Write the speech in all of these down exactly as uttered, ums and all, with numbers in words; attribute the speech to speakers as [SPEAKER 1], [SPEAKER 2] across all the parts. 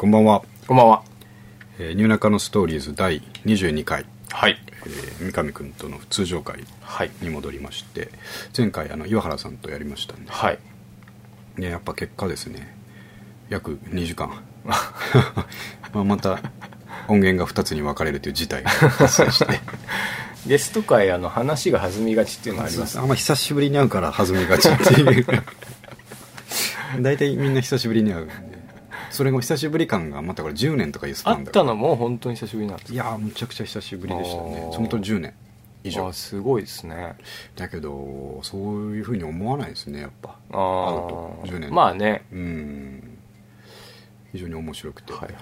[SPEAKER 1] こんばんは。
[SPEAKER 2] こんばんは。
[SPEAKER 1] えー、ニューナカのストーリーズだいにじゅうにかい、
[SPEAKER 2] はい、
[SPEAKER 1] えー、三上くんとの通常回に戻りまして、はい、前回あの岩原さんとやりましたんで、
[SPEAKER 2] はい、
[SPEAKER 1] ね、やっぱ結果ですね、約にじかんまあまた音源がふたつに分かれるという事態が発生して
[SPEAKER 2] ゲスト会あの話が弾みがちっていうのがあります、ね、
[SPEAKER 1] あんま久しぶりに会うから弾みがちっていう大体みんな久しぶりに会うんで、それも久しぶり感がまたこれじゅうねんとかいうスパンだから。
[SPEAKER 2] 会ったのも本当に久しぶりなんですか？
[SPEAKER 1] いやむちゃくちゃ久しぶりでしたね。そのとじゅうねん以上。
[SPEAKER 2] あ、すごいですね。
[SPEAKER 1] だけどそういうふうに思わないですね、やっぱ。あ会うとじゅうねん。
[SPEAKER 2] まあね、
[SPEAKER 1] うん非常に面白くて、
[SPEAKER 2] はいはい、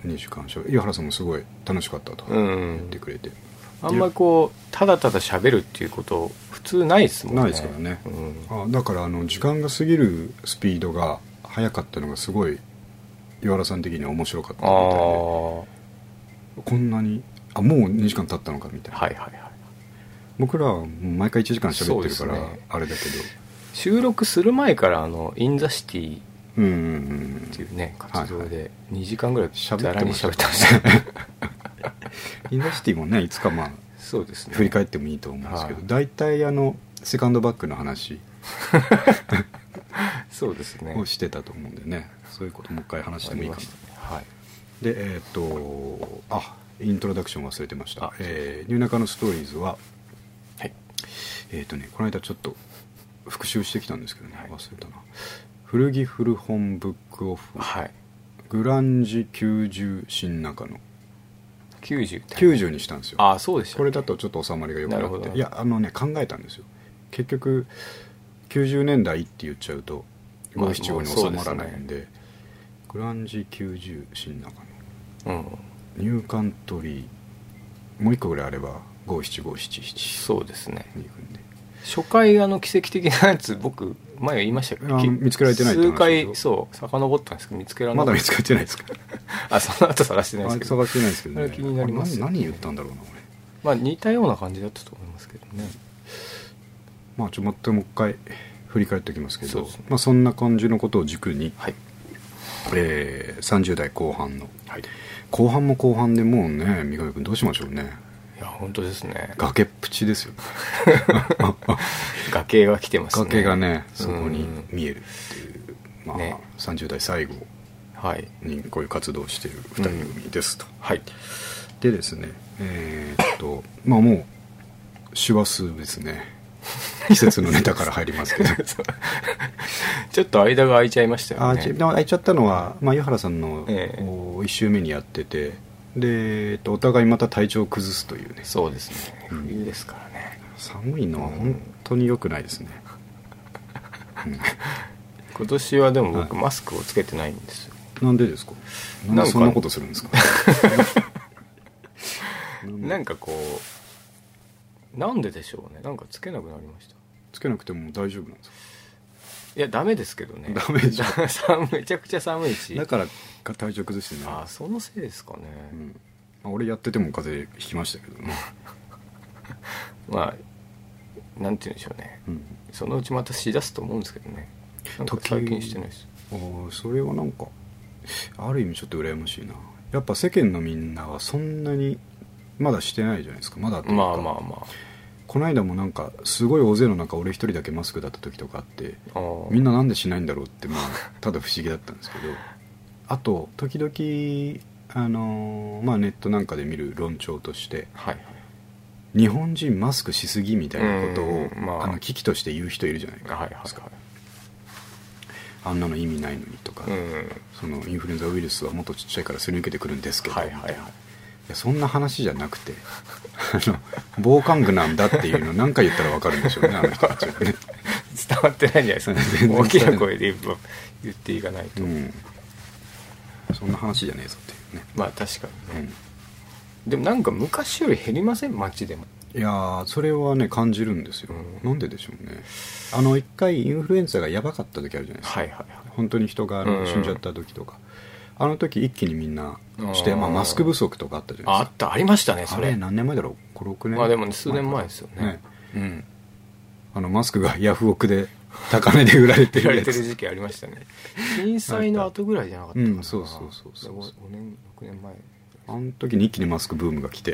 [SPEAKER 1] にじかんしゃべ、岩原さんもすごい楽しかったと言ってくれて、
[SPEAKER 2] あんまりこうただただ喋るっていうこと普通ないですもんね。
[SPEAKER 1] ないですからね、うん、あだからあの時間が過ぎるスピードが速かったのがすごい岩原さん的には面白かったみたいで、こんなにあもうにじかん経ったのかみたいな、はいはいはい、僕らは毎回いちじかん喋ってるから、ね、あれだけど
[SPEAKER 2] 収録する前からあのインザシティっていうね、
[SPEAKER 1] うんうん、
[SPEAKER 2] 活動でにじかんぐらい
[SPEAKER 1] ざら
[SPEAKER 2] に喋ってましたね
[SPEAKER 1] インザシティもねいつかまあ
[SPEAKER 2] そうですね、
[SPEAKER 1] 振り返ってもいいと思うんですけど、
[SPEAKER 2] はい、
[SPEAKER 1] 大体あのセカンドバッグの話
[SPEAKER 2] そうですね
[SPEAKER 1] をしてたと思うんでね、そういうこともう一回話してもいいかな、ね、
[SPEAKER 2] はい、
[SPEAKER 1] でえっ、ー、とあイントロダクション忘れてました。えー、ニューナカのストーリーズは、はい、えっ、ー、とねこの間ちょっと復習してきたんですけどね、はい、忘れたな。古着古本ブックオフ、はい、グランジきゅうじゅう新中野
[SPEAKER 2] きゅうじゅう,
[SPEAKER 1] きゅうじゅうにしたんですよ。
[SPEAKER 2] ああそうでした、ね、
[SPEAKER 1] これだとちょっと収まりが良くなって、いやあのね考えたんですよ。結局きゅうじゅうねんだいって言っちゃうとごじゅうななごに収まらないんで、まあね、グランジきゅうじゅう新中野、うん、ニューカントリーもう一個ぐらいあればごじゅうななごじゅうなな
[SPEAKER 2] そうですね。
[SPEAKER 1] に行くんで、
[SPEAKER 2] 初回あの奇跡的なやつ僕前言いましたけど
[SPEAKER 1] 見つけられてないって話でしょ。
[SPEAKER 2] 数回そう遡ったんですけど見つけられない。
[SPEAKER 1] まだ見つかってないですか
[SPEAKER 2] あその後探してないですけど。
[SPEAKER 1] 探してないですけどね。
[SPEAKER 2] あれ気になります、ね、
[SPEAKER 1] 何, 何言ったんだろうな俺。
[SPEAKER 2] まあ似たような感じだったと思いますけどね。
[SPEAKER 1] まあちょっともう一回振り返っておきますけど、 そうですね、まあ、そんな感じのことを軸に、はい、えー、さんじゅう代後半の、はい、後半も後半でもうね三上君どうしましょうね。
[SPEAKER 2] いや本当ですね、
[SPEAKER 1] 崖っぷちですよ
[SPEAKER 2] 崖が来てますね。
[SPEAKER 1] 崖がねそこに見えるっていう、まあね、さんじゅう代最後にこういう活動をしているふたり組ですと、うん、はい、でですねえー、っとまあもう師走ですね。季節のネタから入りますけど
[SPEAKER 2] ちょっと間が空いちゃいましたよね。
[SPEAKER 1] あ空いちゃったのは、まあ、湯原さんのいっ週目にやってて、で、えっと、お互いまた体調を崩すというね。
[SPEAKER 2] そうですね、冬ですからね、
[SPEAKER 1] うん、寒いのは本当に良くないですね、うん、
[SPEAKER 2] 今年はでも僕、はい、マスクをつけてないんですよ。
[SPEAKER 1] なんでですか？なんでそんなことするんですか？
[SPEAKER 2] なんかこうなんででしょうね。なんかつけなくなりました。
[SPEAKER 1] つけなくても大丈夫なんですか？
[SPEAKER 2] いやダメですけどね。
[SPEAKER 1] ダメでしょ
[SPEAKER 2] めちゃくちゃ寒いし。
[SPEAKER 1] だから体調崩してね。
[SPEAKER 2] ああそのせいですかね、
[SPEAKER 1] うんまあ、俺やってても風邪ひきましたけどね
[SPEAKER 2] まあなんて言うんでしょうね、うん、そのうちまたしだすと思うんですけどね。なんか最近してないです。
[SPEAKER 1] あそれはなんかある意味ちょっと羨ましいな。やっぱ世間のみんなはそんなにまだしてないじゃないですか。まだというか
[SPEAKER 2] まあまあまあ
[SPEAKER 1] この間もなんかすごい大勢の中俺一人だけマスクだった時とかあって、みんななんでしないんだろうってまあただ不思議だったんですけどあと時々あのー、まあネットなんかで見る論調として、はいはい、日本人マスクしすぎみたいなことを、まあ、あの危機として言う人いるじゃないですか、はいはいはい、あんなの意味ないのにとか、そのインフルエンザウイルスはもっとちっちゃいからすり抜けてくるんですけど、はいはいはい、いやそんな話じゃなくてあの防寒具なんだっていうのを何回言ったら分かるんでしょうねあの人たちはね
[SPEAKER 2] 伝わってないんじゃないですか大きな声で言っていかないと、うん、
[SPEAKER 1] そんな話じゃねえぞっていうね。
[SPEAKER 2] まあ確かにね、うん、でもなんか昔より減りません？街でも。
[SPEAKER 1] いやそれはね感じるんですよ、うん、なんででしょうね。あの一回インフルエンザがやばかった時あるじゃないですか、はいはいはい、本当に人があの死んじゃった時とか、うん、あの時一気にみんなして、まあ、マスク不足とかあったじゃないですか。
[SPEAKER 2] あったありましたねそれ。
[SPEAKER 1] あれ何年前だろうご、ろくねん。
[SPEAKER 2] まあでも、ね、数年前ですよね、
[SPEAKER 1] ね、うん、あのマスクがヤフオクで高値で売られてるやつ
[SPEAKER 2] 売られてる時期ありましたね。震災の後ぐらいじゃなかったかな。
[SPEAKER 1] うん、そうそうそうそう
[SPEAKER 2] ごねんろくねんまえ。
[SPEAKER 1] あの時に一気にマスクブームが来て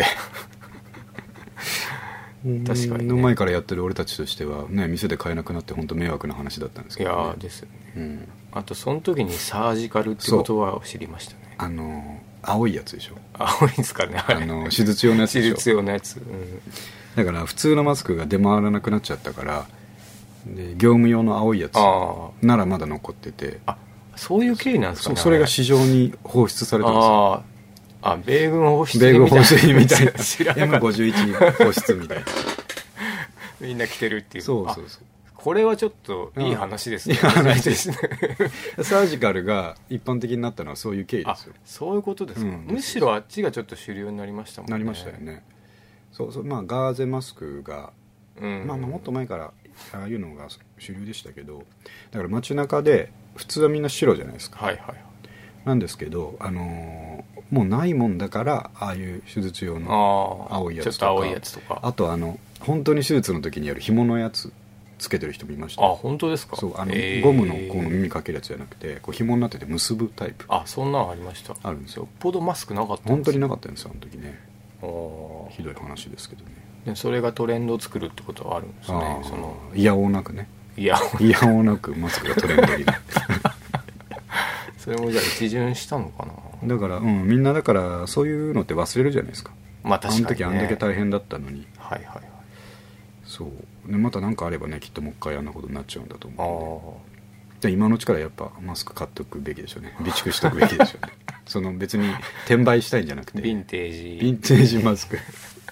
[SPEAKER 2] 確かに、ね、
[SPEAKER 1] の前からやってる俺たちとしてはね、店で買えなくなって本当迷惑な話だったんですけど、ね、
[SPEAKER 2] いやですよね、
[SPEAKER 1] うん、
[SPEAKER 2] あとその時にサージカルって言葉を知りましたね。
[SPEAKER 1] あの青いやつでしょ。
[SPEAKER 2] 青いですかね、
[SPEAKER 1] あの手術用のやつでしょ。
[SPEAKER 2] 手術用のやつ、うん、
[SPEAKER 1] だから普通のマスクが出回らなくなっちゃったから、で業務用の青いやつならまだ残ってて、
[SPEAKER 2] あ、そういう経緯なんですかね。
[SPEAKER 1] そ, それが市場に放出されたんですよ。
[SPEAKER 2] ああ、米軍放出
[SPEAKER 1] 米軍放出みたいな
[SPEAKER 2] 知らなかった
[SPEAKER 1] エムごじゅういち 放出みたいな
[SPEAKER 2] みんな着てるっていう。
[SPEAKER 1] そうそうそう、
[SPEAKER 2] これはちょっといい話ですね。
[SPEAKER 1] いい話ですねサージカルが一般的になったのはそういう経緯ですよ。
[SPEAKER 2] そういうことですか、うん、むしろあっちがちょっと主流になりましたもんね。
[SPEAKER 1] なりましたよね。そうそう、まあガーゼマスクが、うんまあ、もっと前からああいうのが主流でしたけど、だから街中で普通はみんな白じゃないですか。
[SPEAKER 2] はいはい。
[SPEAKER 1] なんですけど、あのー、もうないもんだからああいう手術用の青いやつとか、
[SPEAKER 2] ちょっと青いやつとか、
[SPEAKER 1] あとあの本当に手術の時にやる紐のやつつけてる人もいました。
[SPEAKER 2] あ、本当ですか。
[SPEAKER 1] そう、あの、えー、ゴムのこの耳かけるやつじゃなくてこう紐になってて結ぶタイプ。
[SPEAKER 2] あ、そんなのありました。
[SPEAKER 1] あるんですよ。
[SPEAKER 2] よっぽどマスクなかったんです。
[SPEAKER 1] 本当になかったんですよ、あの時ね。
[SPEAKER 2] あ、
[SPEAKER 1] ひどい話ですけどね。
[SPEAKER 2] でそれがトレンドを作るってことはあるんですね。その
[SPEAKER 1] いやおうなくね、
[SPEAKER 2] いや
[SPEAKER 1] おうなくマスクがトレンドになって
[SPEAKER 2] それもじゃあ一巡したのかな。
[SPEAKER 1] だから、うん、みんなだからそういうのって忘れるじゃないですか。
[SPEAKER 2] まあ確かに、ね、
[SPEAKER 1] あの時あんだけ大変だったのに。
[SPEAKER 2] はいはいはい。
[SPEAKER 1] そうでまた何かあればね、きっともう一回あんなことになっちゃうんだと思うので、今のうちからやっぱマスク買っておくべきでしょうね。備蓄しておくべきでしょうねその別に転売したいんじゃなくて、
[SPEAKER 2] ヴィンテージ
[SPEAKER 1] ヴィンテージマスク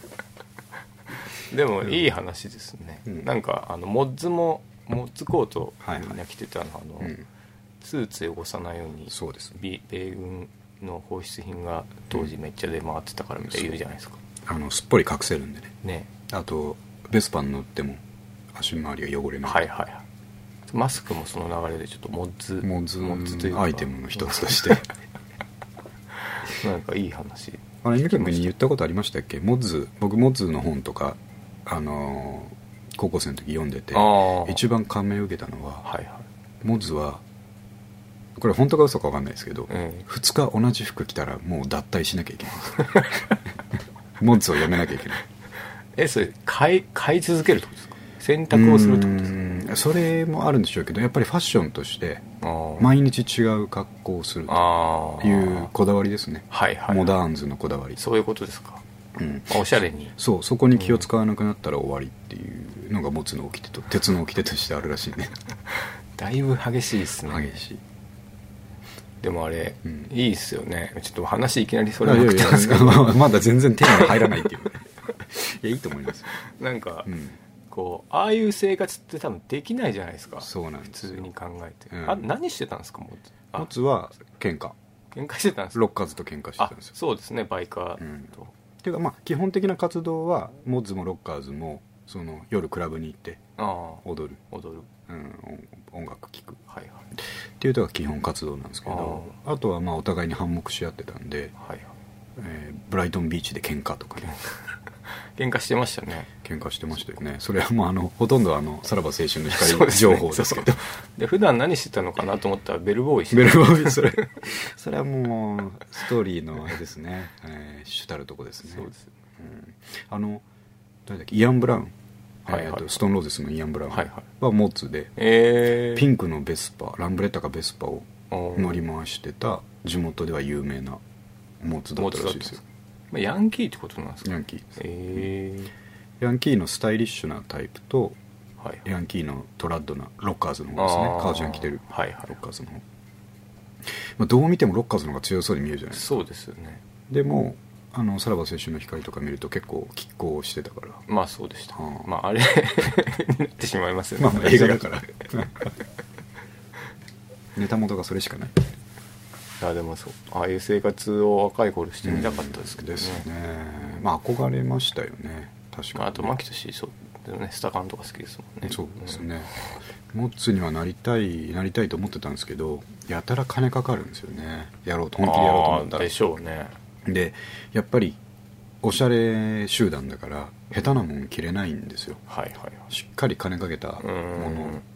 [SPEAKER 2] でもいい話ですね、うん、なんかあのモッズもモッズコートみんな着てたの、はいはい、あの、うん、スーツ汚さないように。
[SPEAKER 1] そうです、
[SPEAKER 2] 米軍の放出品が当時めっちゃ出回ってたからみたいな言うじゃないですか。
[SPEAKER 1] あのすっぽり隠せるんで ね,
[SPEAKER 2] ね
[SPEAKER 1] あとベスパに乗っても足回りが汚れない。
[SPEAKER 2] はいはいはい。マスクもその流れでちょっとモッズ
[SPEAKER 1] モッズモッズというアイテムの一つとして
[SPEAKER 2] なんかいい話。
[SPEAKER 1] あれ、ミカ君に言ったことありましたっけ？モッズ、僕モッズの本とかあのー、高校生の時読んでて一番感銘を受けたのは、はいはい、モッズはこれ本当か嘘か分かんないですけど、うん、ふつか同じ服着たらもう脱退しなきゃいけないモッズをやめなきゃいけない。
[SPEAKER 2] え、それ買い、買い続けるってことですか？選択をするってことですか？
[SPEAKER 1] それもあるんでしょうけど、やっぱりファッションとして毎日違う格好をするというこだわりですね。
[SPEAKER 2] はいはいはい、
[SPEAKER 1] モダーンズのこだわり。
[SPEAKER 2] そういうことですか。うん、おしゃれに。
[SPEAKER 1] そう、そこに気を使わなくなったら終わりっていうのがモツの掟と鉄の掟としてあるらしいね
[SPEAKER 2] だいぶ激しいですね。
[SPEAKER 1] 激しい。
[SPEAKER 2] でもあれ、うん、いいっすよね。ちょっと話いきなりそれなくてますけど、
[SPEAKER 1] まだ全然手に入らないっていういや、いいと思いますよ。
[SPEAKER 2] なんか、うん、こうああいう生活って多分できないじゃないですか。
[SPEAKER 1] そうなんですよ。
[SPEAKER 2] 普通に考えて、うん、あ、何してたんですか？モ
[SPEAKER 1] ッツは喧嘩
[SPEAKER 2] 喧嘩してたんですか？
[SPEAKER 1] ロッカーズと喧嘩してたんですよ。
[SPEAKER 2] そうですね、バイカーと、うん、
[SPEAKER 1] っていうか、まあ基本的な活動はモッズもロッカーズもその夜クラブに行って踊る
[SPEAKER 2] 踊る、
[SPEAKER 1] うん、音楽聴く、
[SPEAKER 2] はいはい、
[SPEAKER 1] っていうのが基本活動なんですけど、 あ, あとはまあお互いに反目し合ってたんで、はいはい、えー、ブライトンビーチで喧嘩とかね
[SPEAKER 2] 喧嘩してましたね。
[SPEAKER 1] 喧嘩してましたよね。それはもうあのほとんどあのさらば青春の光情報ですけど、
[SPEAKER 2] で、ね、で普段何してたのかなと思ったらベルボーイして
[SPEAKER 1] ベルボーイそれそれはもうストーリーのあれですね、えー、主たるとこですね。
[SPEAKER 2] そうです、
[SPEAKER 1] うん、あの誰だっけ、イアン・ブラウン、はいはい、えー、とストーンローゼスのイアン・ブラウンはモッツで、
[SPEAKER 2] えー、
[SPEAKER 1] ピンクのベスパ、ランブレッタかベスパを乗り回してた地元では有名なモッツだったらしいですよ。
[SPEAKER 2] ヤンキーってことなんですか？
[SPEAKER 1] ヤンキーです、
[SPEAKER 2] えー、
[SPEAKER 1] ヤンキーのスタイリッシュなタイプと、はい、ヤンキーのトラッドなロッカーズの方ですね。革ジャン着てる、はいはい、ロッカーズの方、まあ、どう見てもロッカーズの方が強そうに見えるじゃないですか。
[SPEAKER 2] そうですよね。
[SPEAKER 1] でもあのさらば青春の光とか見ると結構拮抗してたから。
[SPEAKER 2] まあそうでした、はあ、まああれになってしまいますよね。
[SPEAKER 1] まあ映画だからネタ元がそれしかない。
[SPEAKER 2] いやでもそう、ああいう生活を若い頃してみたかったですけどね、うん、
[SPEAKER 1] ですね。まあ憧れましたよね、確かに、ね。
[SPEAKER 2] あと牧俊そうね、スタカンとか好きですもんね。
[SPEAKER 1] そうですね、うん、モッツにはなりたいなりたいと思ってたんですけど、やたら金かかるんですよね、やろうと本気でやろうと思ったら。
[SPEAKER 2] でしょうね。
[SPEAKER 1] でやっぱりおしゃれ集団だから下手なもん着れないんですよ、
[SPEAKER 2] はいはいはい、
[SPEAKER 1] しっかり金かけたもの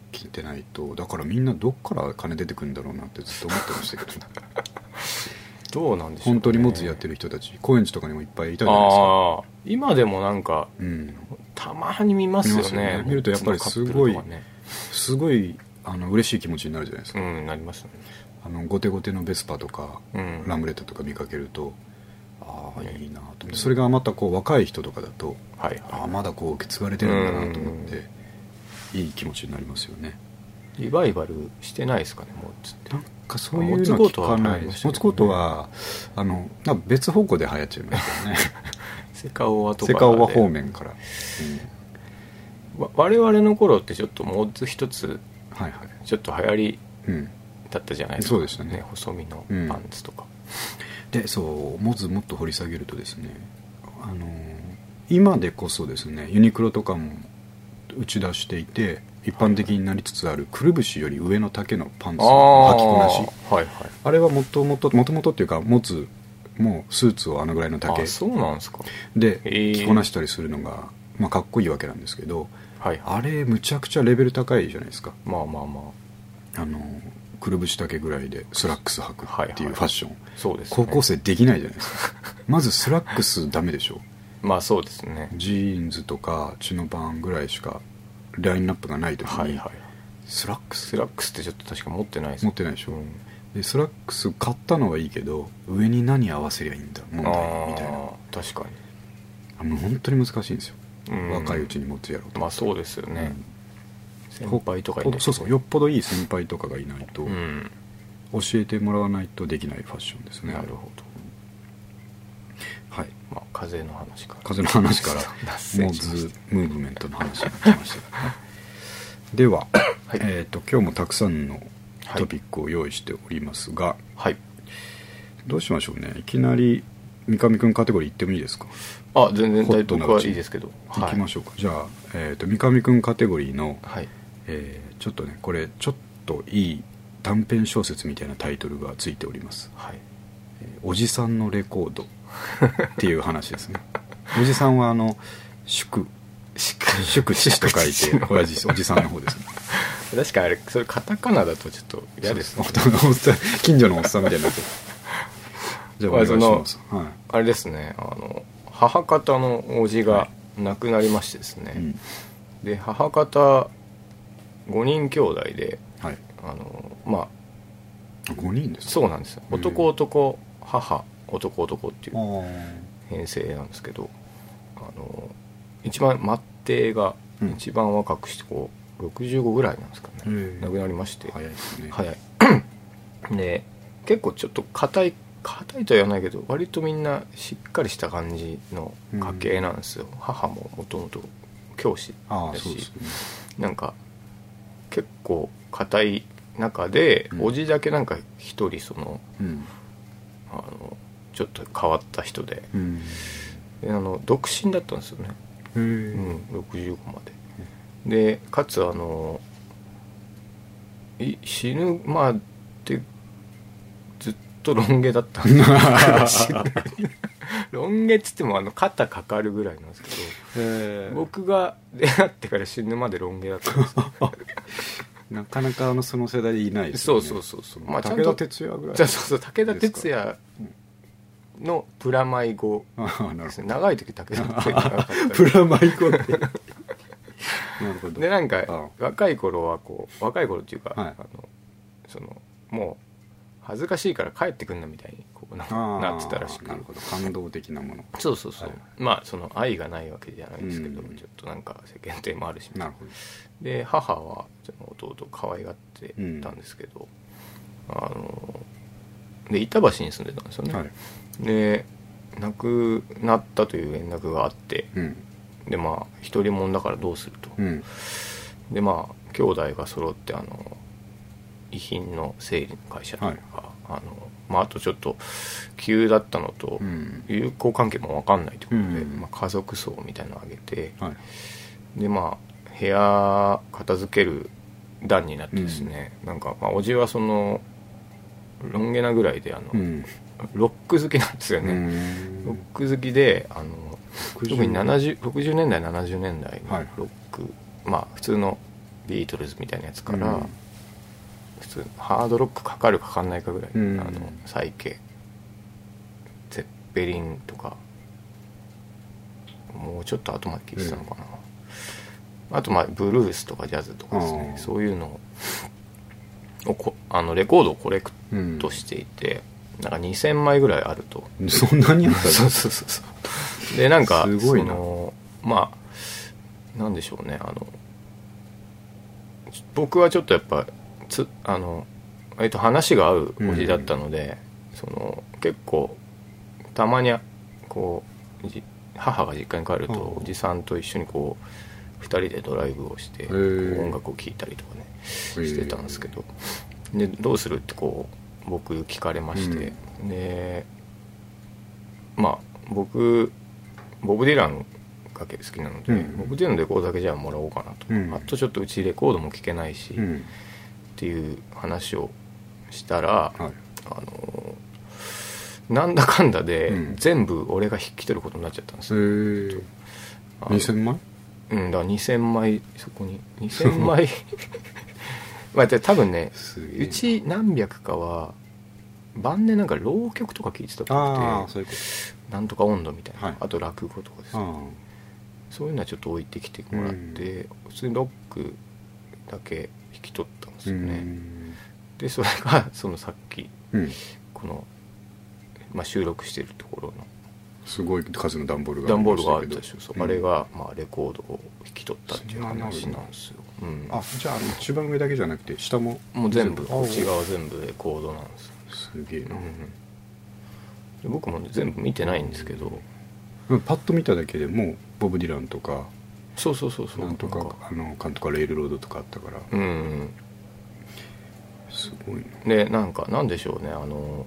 [SPEAKER 1] きてないと、だからみんなどっから金出てくるんだろうなってずっと思ってましたけど
[SPEAKER 2] どうなんでしょうね。
[SPEAKER 1] 本当にモズやってる人たち高円寺とかにもいっぱいいたじゃないですか。ああ、
[SPEAKER 2] 今でもなんか、うん、たまに見ますよ ね,
[SPEAKER 1] 見, よね見るとやっぱりすごい、ね、すごいあの嬉しい気持ちになるじゃないですか。
[SPEAKER 2] うん、なりますね。
[SPEAKER 1] あのゴテゴテのベスパとか、うん、ラムレットとか見かけると、ああいいなと思って、うん、それがまたこう若い人とかだと、はいはい、ああまだこう受け継がれてるんだなと思って、うん、いい気持ちになりますよね。
[SPEAKER 2] リバイバルしてないですかね、モッツって。
[SPEAKER 1] なんかそういうの聞かない。モッツコートはあのなんか別方向で流行っちゃいましたよね
[SPEAKER 2] セカオワとか
[SPEAKER 1] セカオワ方面から、
[SPEAKER 2] うん、我々の頃ってちょっとモッツ一つ、はいはい、ちょっと流行りだったじゃないですか、
[SPEAKER 1] うん、そうでしたね。
[SPEAKER 2] 細身のパンツとか、
[SPEAKER 1] うん、でそうモッツもっと掘り下げるとですね、あの今でこそですねユニクロとかも打ち出していて一般的になりつつあるくるぶしより上の丈のパンツの履きこなし、あ、はいはい、あれはもともともともとっていうかモツもうスーツをあのぐらいの丈で着こなしたりするのが、まあ、かっこいいわけなんですけど、はい、あれむちゃくちゃレベル高いじゃないですか。
[SPEAKER 2] まあまあまあ、
[SPEAKER 1] あのくるぶし丈ぐらいでスラックス履くっていうファッション、はいはい、
[SPEAKER 2] そうですね、
[SPEAKER 1] 高校生できないじゃないですかまずスラックスダメでしょ
[SPEAKER 2] まあそうですね。
[SPEAKER 1] ジーンズとかチノパンぐらいしかラインナップがない時に、はいはい、スラックス
[SPEAKER 2] スラックスってちょっと確か持ってないです。
[SPEAKER 1] 持ってないでしょ、うん、でスラックス買ったのはいいけど上に何合わせりゃいいんだ問題みたいな。
[SPEAKER 2] 確かに
[SPEAKER 1] あの本当に難しいんですよ、うん、若いうちに持つやろうと。
[SPEAKER 2] まあそうですよね、うん、先輩とかいない、
[SPEAKER 1] そうそうよっぽどいい先輩とかがいないと、うん、教えてもらわないとできないファッションですね。
[SPEAKER 2] なるほど、
[SPEAKER 1] はい、
[SPEAKER 2] まあ、風の話から
[SPEAKER 1] 風の話からモズムーブメントの話になりましたからねでは、はい、えーと、今日もたくさんのトピックを用意しておりますが、はい、どうしましょうね。いきなり三上くんカテゴリー行ってもいいですか。
[SPEAKER 2] あ、全然僕はいいですけど、
[SPEAKER 1] 行きましょうか、はい、じゃあ、えーと、三上くんカテゴリーの、はい、えー、ちょっとねこれちょっといい短編小説みたいなタイトルがついております、はい、えー、おじさんのレコードっていう話ですねおじさんはあの宿宿地と書いて親父おじさんの方ですね
[SPEAKER 2] 確かにあれそれカタカナだとちょっと嫌ですね。
[SPEAKER 1] 近所のおっさんみたいになってじゃあお願いします、
[SPEAKER 2] はい、あれですね、あの母方のおじが亡くなりましてですね、はい、うん、で母方ごにん兄弟で、はい、あのま
[SPEAKER 1] あごにんですか。
[SPEAKER 2] そうなんですよ。男男母男男っていう編成なんですけど、あの一番末弟が一番若くしてこうろくじゅうごぐらいなんですかね、亡くなりまして。
[SPEAKER 1] 早いですね。
[SPEAKER 2] 早いで結構ちょっと硬い硬いとは言わないけど割とみんなしっかりした感じの家系なんですよ、うん、母ももともと教師だし、ね、なんか結構硬い中で、うん、おじだけなんか一人その、うん、あのちょっと変わった人で、うん、であの独身だったんですよね、うん、ろくじゅうごまで、うん、でかつあのい死ぬまでずっとロン毛だったんですよロン毛っつってもあの肩かかるぐらいなんですけど、僕が出会ってから死ぬまでロン毛だったんですよ
[SPEAKER 1] なかなかあのその世代でいないですよね。
[SPEAKER 2] そうそうそうそう、
[SPEAKER 1] まあ、武田鉄矢ぐらい
[SPEAKER 2] そうそう武田鉄矢のプラマイ語ですね。長い時武田鉄矢長かった
[SPEAKER 1] プラマイ語ってなるほど。
[SPEAKER 2] でなんか若い頃はこう若い頃っていうか、はい、あのそのもう恥ずかしいから帰ってくんなみたいにこう な, なってたらしく。
[SPEAKER 1] なるほど、感動的なもの。
[SPEAKER 2] そうそうそう、はい、まあその愛がないわけじゃないですけど、うん、ちょっとなんか世間体もあるし。
[SPEAKER 1] なるほど。
[SPEAKER 2] で母は弟を可愛がってたんですけど、うん、あので板橋に住んでたんですよね、はい、で亡くなったという連絡があって、うん、でまあ一人者だからどうすると、うん、でまあ兄弟が揃ってあの遺品の整理の会社とか、はい、あのまあ、あとちょっと急だったのと、うん、友好関係も分かんないということで、うんまあ、家族葬みたいなのを挙げて、はい、でまあ部屋片付ける段になってですね、うん、なんか、まあ、おじはそのロン毛なぐらいであの、うん、ロック好きなんですよね、うん、ロック好きであの特にななじゅう、ろくじゅうねんだいななじゅうねんだいのロック、はい、まあ普通のビートルズみたいなやつから、うん、普通ハードロックかかるかかんないかぐらい、うん、あのサイケゼッペリンとかもうちょっと後まで聴いてたのかな、うん、あとまあブルースとかジャズとかですね、そういうのをこあのレコードをコレクトしていて、うん、なんかにせんまいぐらいあると。
[SPEAKER 1] そんなにあったの？
[SPEAKER 2] そうそうそうそうでなんかすごいな。そのまあなんでしょうね、あの僕はちょっとやっぱつあの割と話が合うおじだったので、うん、その結構たまにこう母が実家に帰るとおじさんと一緒にこうふたりでドライブをしてこう音楽を聴いたりとかねしてたんですけど、でどうするってこう僕聞かれまして、うん、でまあ僕ボブ・ディランが好きなので、うん、ボブ・ディランのレコードだけじゃあもらおうかなと、うん、あとちょっとうちレコードも聴けないし、うん、っていう話をしたら、はい、あのなんだかんだで、うん、全部俺が引き取ることになっちゃったんですよ。へ
[SPEAKER 1] ーにせんまい？
[SPEAKER 2] うんだからにせんまいそこににせんまいまあ多分ねうち何百かは晩年なんか浪曲とか聴いてたっぽくて、
[SPEAKER 1] あそういうこと
[SPEAKER 2] なんとか温度みたいな、はい、あと落語とかですね、
[SPEAKER 1] あ
[SPEAKER 2] そういうのはちょっと置いてきてもらって、うん、普通にロックだけ引き取ったんですよね、うん、でそれがそのさっき、うん、この、まあ、収録してるところの
[SPEAKER 1] すごい数の段ボールが
[SPEAKER 2] 段ボールがあるでしょ、そう、うん、あれが、まあ、レコードを引き取ったっていう話なんですよ、うん、
[SPEAKER 1] あじゃあ一番上だけじゃなくて下も
[SPEAKER 2] もう全部内側全部レコードなんですよ。
[SPEAKER 1] すげえな、うん、
[SPEAKER 2] で僕も、ね、全部見てないんですけど、
[SPEAKER 1] うん、パッと見ただけでもうボブ・ディランとか
[SPEAKER 2] そうそうそうそう
[SPEAKER 1] なんとかあのカンとかレールロードとかあったから、
[SPEAKER 2] うん、
[SPEAKER 1] すごい
[SPEAKER 2] な。でなんかなんでしょうね、あの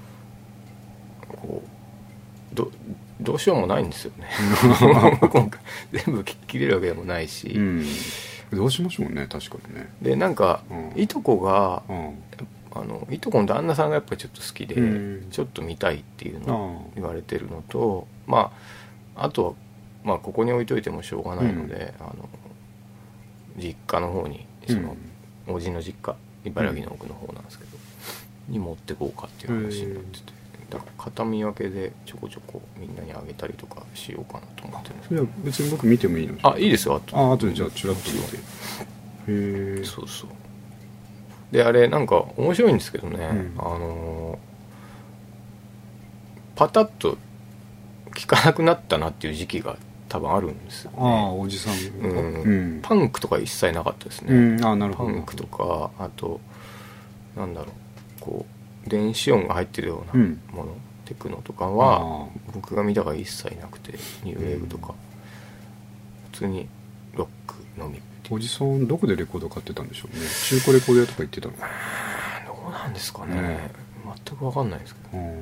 [SPEAKER 2] こう ど, どうしようもないんですよね今回全部聞き切れるわけでもないし、うん、
[SPEAKER 1] どうしましょうね確かにね。
[SPEAKER 2] でなんか、うん、いとこが、うん、あのいとこの旦那さんがやっぱりちょっと好きで、うん、ちょっと見たいっていうのを言われてるのと、まああとはまあここに置いといてもしょうがないので、うん、あの実家の方にその、うん、おじの実家茨城の奥の方なんですけど、うん、に持ってこうかっていう話になってて、だから片見分けでちょこちょこみんなにあげたりとかしようかなと思ってるんですけど。
[SPEAKER 1] いや別に僕見てもいいの？
[SPEAKER 2] あいいですよ。
[SPEAKER 1] あとあとでじゃあチラッと見て。へえ。
[SPEAKER 2] そうそう。であれなんか面白いんですけどね、うん、あのパタッと聞かなくなったなっていう時期が多分あるんですよね。
[SPEAKER 1] ああおじさん、
[SPEAKER 2] うんうん、パンクとか一切なかったですね、
[SPEAKER 1] うん、あなるほど。
[SPEAKER 2] パンクとかあとなんだろうこう電子音が入ってるようなもの、うん、テクノとかは僕が見たが一切なくて、ニューウェーブとか、うん、普通にロックのみ。
[SPEAKER 1] おじさんどこでレコード買ってたんでしょうね。中古レコード屋とか行ってたの？ど
[SPEAKER 2] うなんですかね、ね全く分かんないですけど、うん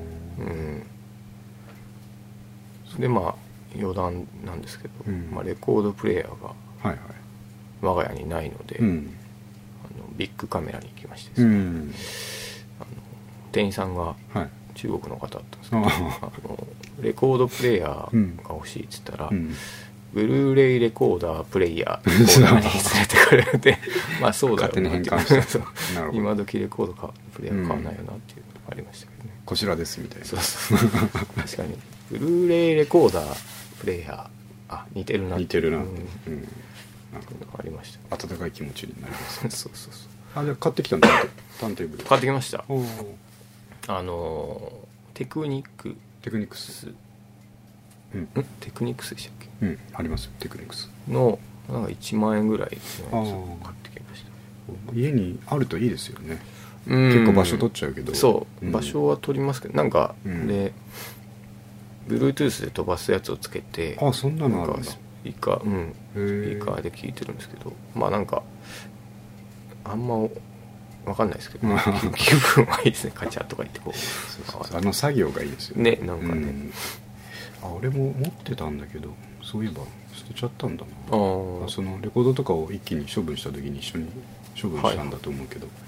[SPEAKER 2] 、でまあ余談なんですけど、うんまあ、レコードプレーヤーが我が家にないので、はいはい、あのビッグカメラに行きましてですね、うん、あの店員さんが中国の方だったんですけど、うん、あのレコードプレーヤーが欲しいって言ったら、うんブルーレイレコーダープレイヤーコーナーに連れてくれてまあそうだよ
[SPEAKER 1] ね勝手に変換して
[SPEAKER 2] 今時レコードかプレイヤー買わないよなっていうのがありましたけどね、
[SPEAKER 1] うん、こちらですみたいな。
[SPEAKER 2] そうそう確かにブルーレイレコーダープレイヤーあ似てるな
[SPEAKER 1] 似てるな、うん
[SPEAKER 2] うん、なんかありました、
[SPEAKER 1] 温かい気持ちになります、
[SPEAKER 2] ね、そうそうそう。
[SPEAKER 1] あじゃあ買ってきたんだターンテーブル
[SPEAKER 2] 買ってきました。あのテクニック
[SPEAKER 1] テクニクス
[SPEAKER 2] うん、テクニクスでしたっけ？
[SPEAKER 1] うん、ありますよテクニクス
[SPEAKER 2] のなんかいちまんえんぐらいのやつを買ってきました。
[SPEAKER 1] 家にあるといいですよね。結構場所取っちゃうけど
[SPEAKER 2] そう、うん、場所は取りますけどなんか、うん、で Bluetooth で飛ばすやつをつけて
[SPEAKER 1] あそんなのあるんだ。
[SPEAKER 2] スピーカーうんスピーカーで聞いてるんですけどまあなんかあんまわかんないですけど気分はいいですね。カチャとか言ってこう
[SPEAKER 1] そうそうあの作業がいいですよね。
[SPEAKER 2] ねなんかね、うん
[SPEAKER 1] あ俺も持ってたんだけどそういえば捨てちゃったんだな。あそのレコードとかを一気に処分した時に一緒に処分したんだと思うけど、はい、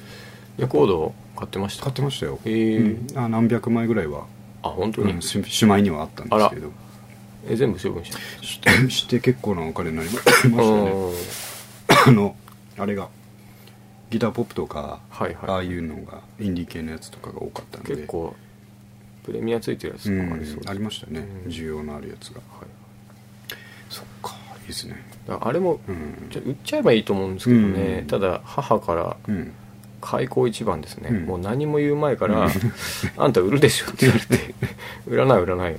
[SPEAKER 2] レコード買ってました？
[SPEAKER 1] 買ってましたよ。
[SPEAKER 2] へー、
[SPEAKER 1] うん、あ何百枚ぐらいは
[SPEAKER 2] あ本当に、
[SPEAKER 1] うん、し, しまいにはあったんですけど
[SPEAKER 2] え全部処分した
[SPEAKER 1] してして結構なお金になりましたねあのあれがギターポップとか、
[SPEAKER 2] はいはい、
[SPEAKER 1] ああいうのがインディー系のやつとかが多かったので、
[SPEAKER 2] 結構プレミアついてるやつもありそうです、
[SPEAKER 1] うん、ありましたね、
[SPEAKER 2] うん、
[SPEAKER 1] 需要のあるやつが、はい、そっか、いいですね。
[SPEAKER 2] あれも、うん、じゃ売っちゃえばいいと思うんですけどね、うん、ただ母から開口一番ですね、うん、もう何も言う前から、うん、あんた売るでしょって言われて売らない売らないよ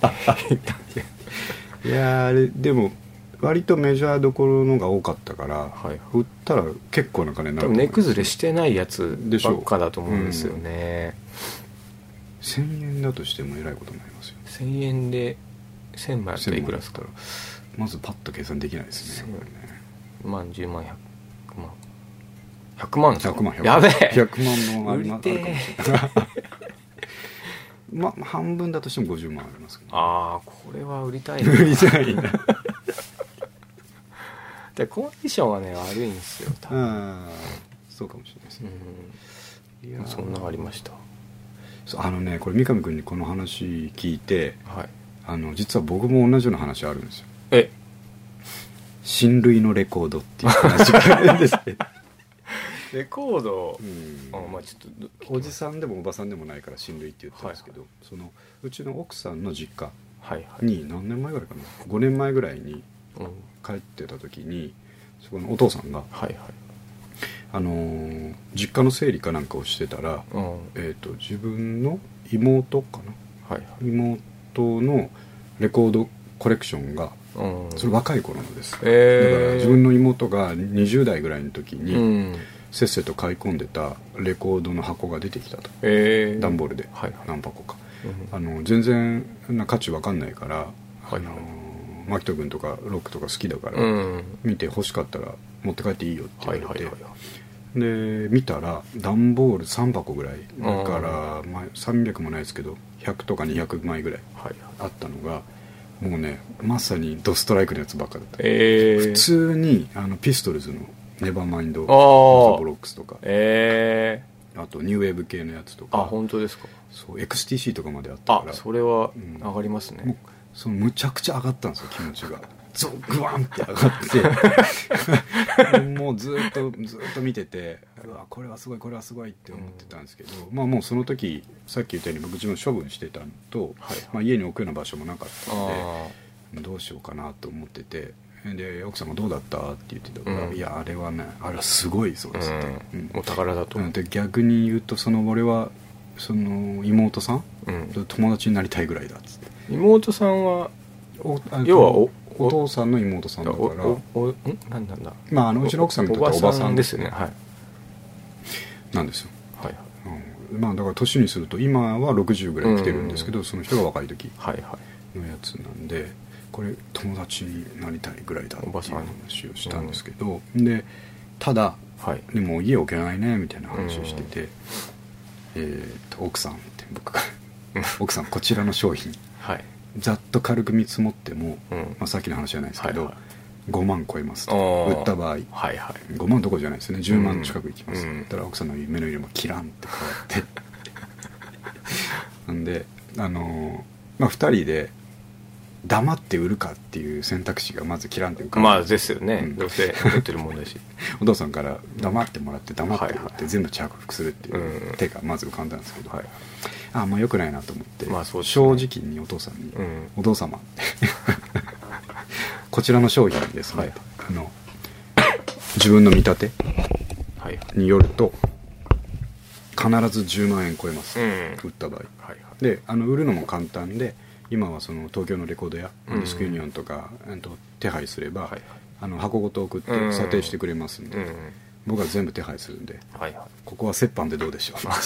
[SPEAKER 1] いやあれでも割とメジャーどころのが多かったから、はい、売ったら結構な金になると思う。
[SPEAKER 2] 多分値崩れしてないやつばっかだと思うんですよね、
[SPEAKER 1] うん、せんえんだとしてもえらいことになりますよ。
[SPEAKER 2] せんえんでせんまいあったらいくらですか。
[SPEAKER 1] まずパッと計算できないですね。
[SPEAKER 2] まんじゅうまんひゃくまんひゃくまん
[SPEAKER 1] ひゃくまん
[SPEAKER 2] やべえ
[SPEAKER 1] ひゃくまんのありまあるかもしれないまあ半分だとしてもごじゅうまんありますけど、ね、
[SPEAKER 2] ああこれは売りたいな
[SPEAKER 1] 売りたいな
[SPEAKER 2] でコンディションはね悪いんですよ多分。
[SPEAKER 1] あそうかもしれないですね、
[SPEAKER 2] うん、いやそんなありました。
[SPEAKER 1] あのねこれ三上君にこの話聞いて、
[SPEAKER 2] はい、
[SPEAKER 1] あの実は僕も同じような話あるんですよ。
[SPEAKER 2] え
[SPEAKER 1] 親類のレコードっていう話があるんですね
[SPEAKER 2] レコード、うん、
[SPEAKER 1] あまあちょっとおじさんでもおばさんでもないから親類って言ってるんですけど、はいはい、そのうちの奥さんの実家に何年前ぐらいかな、ごねんまえぐらいに帰ってた時に、そこのお父さんが、はいはい、あのー、実家の整理かなんかをしてたら、うん、えーと、自分の妹かな、はいはい、妹のレコードコレクションが、うん、それ若い頃のです、えー、だから自分の妹がにじゅう代ぐらいの時に、うんせっせと買い込んでたレコードの箱が出てきたと、えー、段ボールで何箱か、はいはい、あの全然な価値分かんないから、はいはい、あの牧人君とかロックとか好きだから、うん、見て欲しかったら持って帰っていいよって言われて、はいはいはい、で見たら段ボールさん箱ぐらいだから、まあ、さんびゃくもないですけどひゃくとかにひゃくまいぐらいあったのが、もうねまさにドストライクのやつばっかだった、えー、普通にあのピストルズのネバーマインドボロックスとか、えー、あとニューウェーブ系のやつとか。
[SPEAKER 2] あ本当ですか。
[SPEAKER 1] そう エックスティーシー とかまであったから、
[SPEAKER 2] あそれは上がりますね、うん、もう
[SPEAKER 1] そのむちゃくちゃ上がったんですよ気持ちがゾグワンって上がってもうずっとずっと見てて、うわこれはすごいこれはすごいって思ってたんですけど、うん、まあもうその時さっき言ったように僕自分処分してたのと、はいまあ、家に置くような場所もなかったのでどうしようかなと思ってて、で奥さんがどうだったって言ってたから、うん、いやあれはねあれはすごいそうですって、
[SPEAKER 2] うんうん、お宝だと。
[SPEAKER 1] で逆に言うとその俺はその妹さん、うん、友達になりたいぐらいだっつって。
[SPEAKER 2] 妹さんは
[SPEAKER 1] お要は お, お父さんの妹さんだから、
[SPEAKER 2] おおおんなんなんだ、
[SPEAKER 1] まあ、あのうちの奥さんにとってはおばさんですよね、
[SPEAKER 2] はい、
[SPEAKER 1] なんですよ、はいはいうん、まあだから年にすると今はろくじゅうぐらい来てるんですけど、うん、その人が若い時のやつなんで、これ友達になりたいぐらいだっていう話をしたんですけど、うん、でただ、はい、でも家置けないねみたいな話をしてて、うんえー、と奥さんって僕が奥さんこちらの商品、はい、ざっと軽く見積もっても、うんまあ、さっきの話じゃないですけど、はいはい、ごまん超えますと売った場合、はいはい、ごまんどころじゃないですねじゅうまん近くいきます、うん、だったら奥さんの目の色もキランって変わってなんであのーまあ、ふたりで黙って売るかっていう選択肢がまずキランって浮かぶ。
[SPEAKER 2] まあですよね、うん、どうせ持ってるもんだし
[SPEAKER 1] お父さんから黙ってもらって黙って売って全部着服するっていう手がまず浮かんだんですけど、はいはい、ああもう良くないなと思って、まあそうですね、正直にお父さんに、うん、お父様こちらの商品ですね、はい、あの自分の見立てによると必ずじゅうまんえん超えます、うん、売った場合、はいはい、であの売るのも簡単で今はその東京のレコード屋、うん、ディスクユニオンとか、うん、と手配すれば、はいはい、あの箱ごと送って査定してくれますんで、うん、僕は全部手配するんで、はいはい、ここは折半でどうでしょう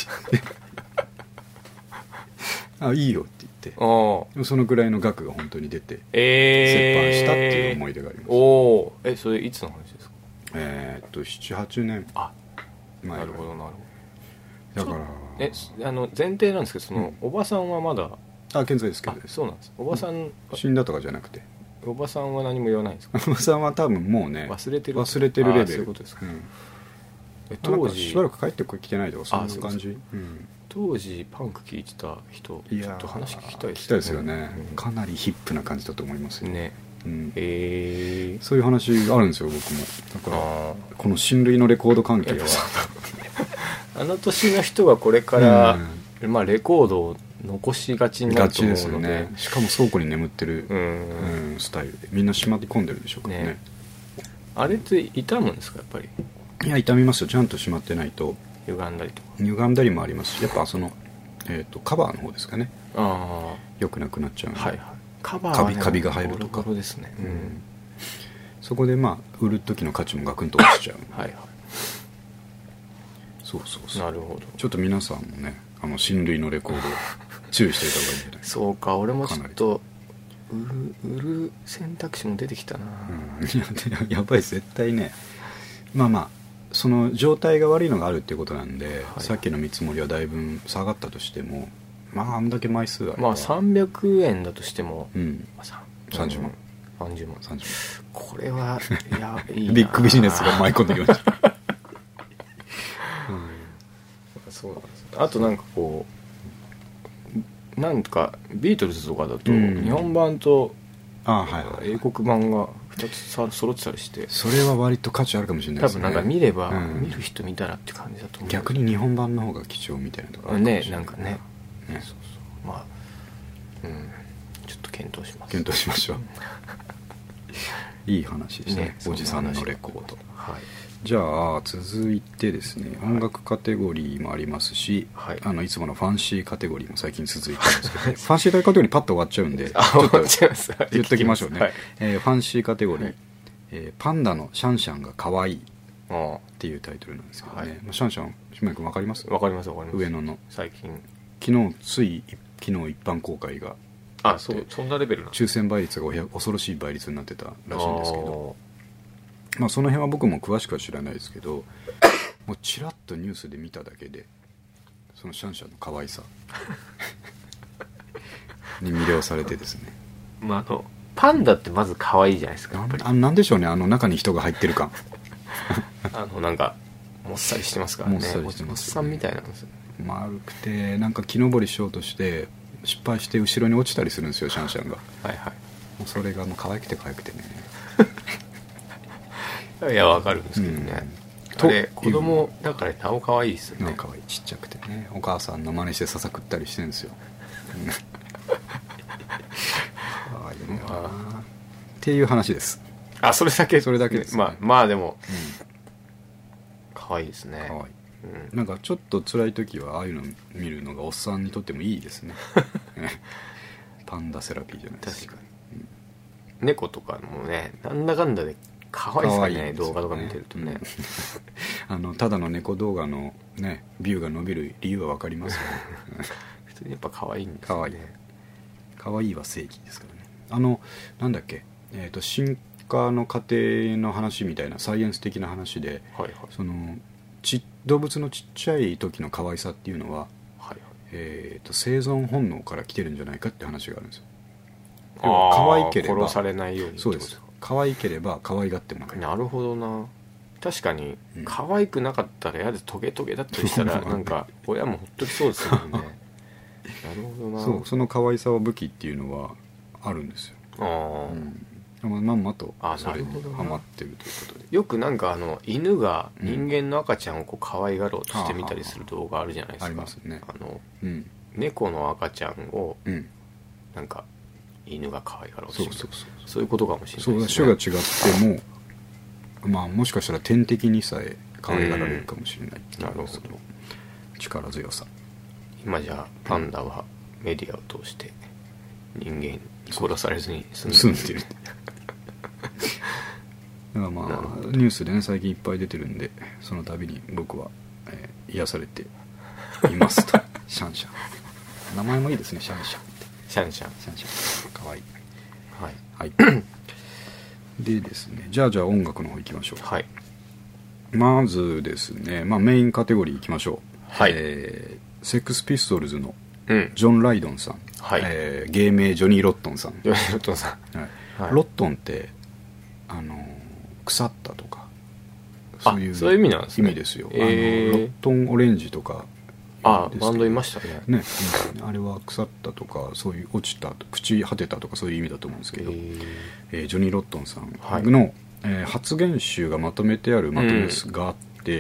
[SPEAKER 1] あいいよって言ってそのぐらいの額が本当に出て、えー、折半したっていう思い出があります。
[SPEAKER 2] おえそれいつの話ですか。
[SPEAKER 1] えー、っと ななはちねん
[SPEAKER 2] あなるほどなるほど。
[SPEAKER 1] だから
[SPEAKER 2] えあの前提なんですけどその、うん、おばさんはまだ
[SPEAKER 1] あ健在ですけど
[SPEAKER 2] そうなんです。おばさん、うん、
[SPEAKER 1] 死んだとかじゃなくて
[SPEAKER 2] おばさんは何も言わないんですか。
[SPEAKER 1] おばさんは多分もうね
[SPEAKER 2] 忘れてる
[SPEAKER 1] 忘れてるレベル。
[SPEAKER 2] そういうことですか、うん、
[SPEAKER 1] え当時しばらく帰ってきてないとかそんな感じ。うん、
[SPEAKER 2] 当時パンク聴いてた人ちょっと話聞きたいですね。
[SPEAKER 1] 聞きたいですよね、うん、かなりヒップな感じだと思いますよ
[SPEAKER 2] ね、
[SPEAKER 1] うん、
[SPEAKER 2] へえ。
[SPEAKER 1] そういう話あるんですよ僕も。だからこの親類のレコード関係は
[SPEAKER 2] あの年の人がこれから、うん、まあレコードを残しがちになると思うので、
[SPEAKER 1] ガチですよね。しかも倉庫に眠ってる、うんうん、スタイルでみんなしまって込んでるでしょうからね。ね、
[SPEAKER 2] あれって傷むんですかやっぱり。
[SPEAKER 1] いや傷みますよ。ちゃんとしまってないと
[SPEAKER 2] 歪んだりとか。
[SPEAKER 1] 歪んだりもありますし、やっぱその、えー、とカバーの方ですかね。
[SPEAKER 2] ああ、
[SPEAKER 1] よくなくなっちゃうので、
[SPEAKER 2] はいはい、カバーは、ね、
[SPEAKER 1] カビカビが入るとか
[SPEAKER 2] ボロボロですね、うん、
[SPEAKER 1] そこでまあ売る時の価値もガクンと落ちちゃう
[SPEAKER 2] はいはい、
[SPEAKER 1] そうそうそう。
[SPEAKER 2] なるほど。
[SPEAKER 1] ちょっと皆さんもね、あの親類のレコード注意しておいた方がいいんじゃない
[SPEAKER 2] そうか、俺もちょっと売る、売る選択肢も出てきたな、
[SPEAKER 1] うん、や, やばい絶対ね。まあまあその状態が悪いのがあるっていうことなんで、はい、さっきの見積もりはだいぶ下がったとしても、まああんだけ枚数あれば
[SPEAKER 2] まあさんびゃくえんだとしても、
[SPEAKER 1] うん
[SPEAKER 2] まあ、
[SPEAKER 1] さんじゅうまん、
[SPEAKER 2] うん、さんじゅうまん、
[SPEAKER 1] さんじゅう
[SPEAKER 2] まん、これはいやいいな
[SPEAKER 1] ビッグビジネスが舞い込んできました、
[SPEAKER 2] うん、そうなんです。あとなんかこうなんかビートルズとかだと日本版と英国版がふたつ揃ってたりして、
[SPEAKER 1] それは割と価値あるかもしれないですね。
[SPEAKER 2] 多分なんか見れば、うん、見る人見たらって感じだと思う。
[SPEAKER 1] 逆に日本版の方が貴重みたいなところ
[SPEAKER 2] ね、なんかね、ね、
[SPEAKER 1] そう
[SPEAKER 2] そうまあ、うん、ちょっと検討します。
[SPEAKER 1] 検討しましょういい話でしたね、ね、おじさんのレコード。
[SPEAKER 2] はい、
[SPEAKER 1] じゃあ続いてですね、音楽カテゴリーもありますし、はい、あのいつものファンシーカテゴリーも最近続いてるんですけど、ね、ファンシーカテゴリーパッと終わっちゃうんでちょっと言っときましょうね、はい、えー、ファンシーカテゴリー、はい、えー、パンダのシャンシャンが可愛いっていうタイトルなんですけどね、はい、シャンシャン、島根君分かります？
[SPEAKER 2] 分かります分かります。
[SPEAKER 1] 上野の
[SPEAKER 2] 最近
[SPEAKER 1] 昨日つい昨日一般公開が
[SPEAKER 2] あって、あ、そう、そんなレベルなの？
[SPEAKER 1] 抽選倍率が恐ろしい倍率になってたらしいんですけど、まあ、その辺は僕も詳しくは知らないですけどもうチラッとニュースで見ただけでそのシャンシャンの可愛さに魅了されてですね、
[SPEAKER 2] まあ、あのパンダってまず可愛いじゃないですか。やっぱり
[SPEAKER 1] な ん, なんでしょうね、あの中に人が入ってる感
[SPEAKER 2] あのなんかもっさりしてますからね。
[SPEAKER 1] もっさりしてます
[SPEAKER 2] よね。おっさんみたいなんですよね。
[SPEAKER 1] 丸くてなんか木登りしようとして失敗して後ろに落ちたりするんですよ、シャンシャンが。
[SPEAKER 2] はいはい。
[SPEAKER 1] もうそれがもう可愛くて可愛くてね
[SPEAKER 2] いやわかるんですけどね、うん、あれ子供だからなお可愛いですよね。
[SPEAKER 1] なお可愛い、ちっちゃくてね、お母さんの真似してささくったりしてるんですよ可愛いなっていう話です。
[SPEAKER 2] あ、それだけ？
[SPEAKER 1] それだけです、ね、
[SPEAKER 2] まあまあでも、うん、可愛いですね。
[SPEAKER 1] 可愛い、うん、なんかちょっと辛い時はああいうの見るのがおっさんにとってもいいですねパンダセラピーじゃないですか。
[SPEAKER 2] 確かに、うん、猫とかもねなんだかんだで可愛いですかね、動画とか見てるとね、
[SPEAKER 1] うん、あのただの猫動画のねビューが伸びる理由は分かりますよね
[SPEAKER 2] 普通にやっぱ可愛いんです
[SPEAKER 1] よね。可愛い可愛いは正義ですからね。あのなんだっけ、えーと進化の過程の話みたいなサイエンス的な話で、はいはい、そのち動物のちっちゃい時の可愛さっていうのは、はいはい、えーと生存本能から来てるんじゃないかって話があるんですよ。可愛ければ
[SPEAKER 2] 殺されないように。
[SPEAKER 1] そうです。可愛ければ可愛がってもらえる。
[SPEAKER 2] なるほどな。確かに可愛くなかったらやでトゲトゲだったりしたらなんか親もほっときそうですよねなるほどな。
[SPEAKER 1] そう、その可愛さは武器っていうのはあるんですよ。ああ、うん、まんまとそれにハマってるということで。
[SPEAKER 2] よくなんかあの犬が人間の赤ちゃんをこう可愛がろうとしてみたりする動画あるじゃないですか。
[SPEAKER 1] ありますね。
[SPEAKER 2] あの、
[SPEAKER 1] うん、
[SPEAKER 2] 猫の赤ちゃんをなんか犬が可愛がろうとしてる。そうそうそう、そういうことかもしれないですね。
[SPEAKER 1] そう、種が違ってもまあもしかしたら天敵にさえ可愛がられるかもしれない、
[SPEAKER 2] うん、なるほど。
[SPEAKER 1] 力強さ。
[SPEAKER 2] 今じゃあパンダはメディアを通して人間に殺されずに
[SPEAKER 1] 住んでるだからまあニュースでね最近いっぱい出てるんでその度に僕は、えー、癒されていますとシャンシャン、名前もいいですね、シャンシャンって。
[SPEAKER 2] シャンシャン
[SPEAKER 1] シャンシャンかわいい。
[SPEAKER 2] はい、
[SPEAKER 1] はい、でですね、じゃあじゃあ音楽の方行きましょう。
[SPEAKER 2] はい。
[SPEAKER 1] まずですね、まあ、メインカテゴリー行きましょう。
[SPEAKER 2] はい。
[SPEAKER 1] えー、セックスピストルズの
[SPEAKER 2] うん
[SPEAKER 1] ジョン・ライドンさん、
[SPEAKER 2] はい、
[SPEAKER 1] えー、芸名ジョニー・ロットンさん。
[SPEAKER 2] ジョニー・ロットンさん、
[SPEAKER 1] はいはい、ロットンってあの腐ったとか
[SPEAKER 2] そういうそういう意味なんですね。
[SPEAKER 1] 意味ですよ。
[SPEAKER 2] えー、
[SPEAKER 1] あのロットンオレンジとか
[SPEAKER 2] あバンドいましたね
[SPEAKER 1] ね、あれは腐ったとかそういう落ちたと朽ち果てたとかそういう意味だと思うんですけど、えー、ジョニー・ロットンさんの、はい、えー、発言集がまとめてあるまとめがあって、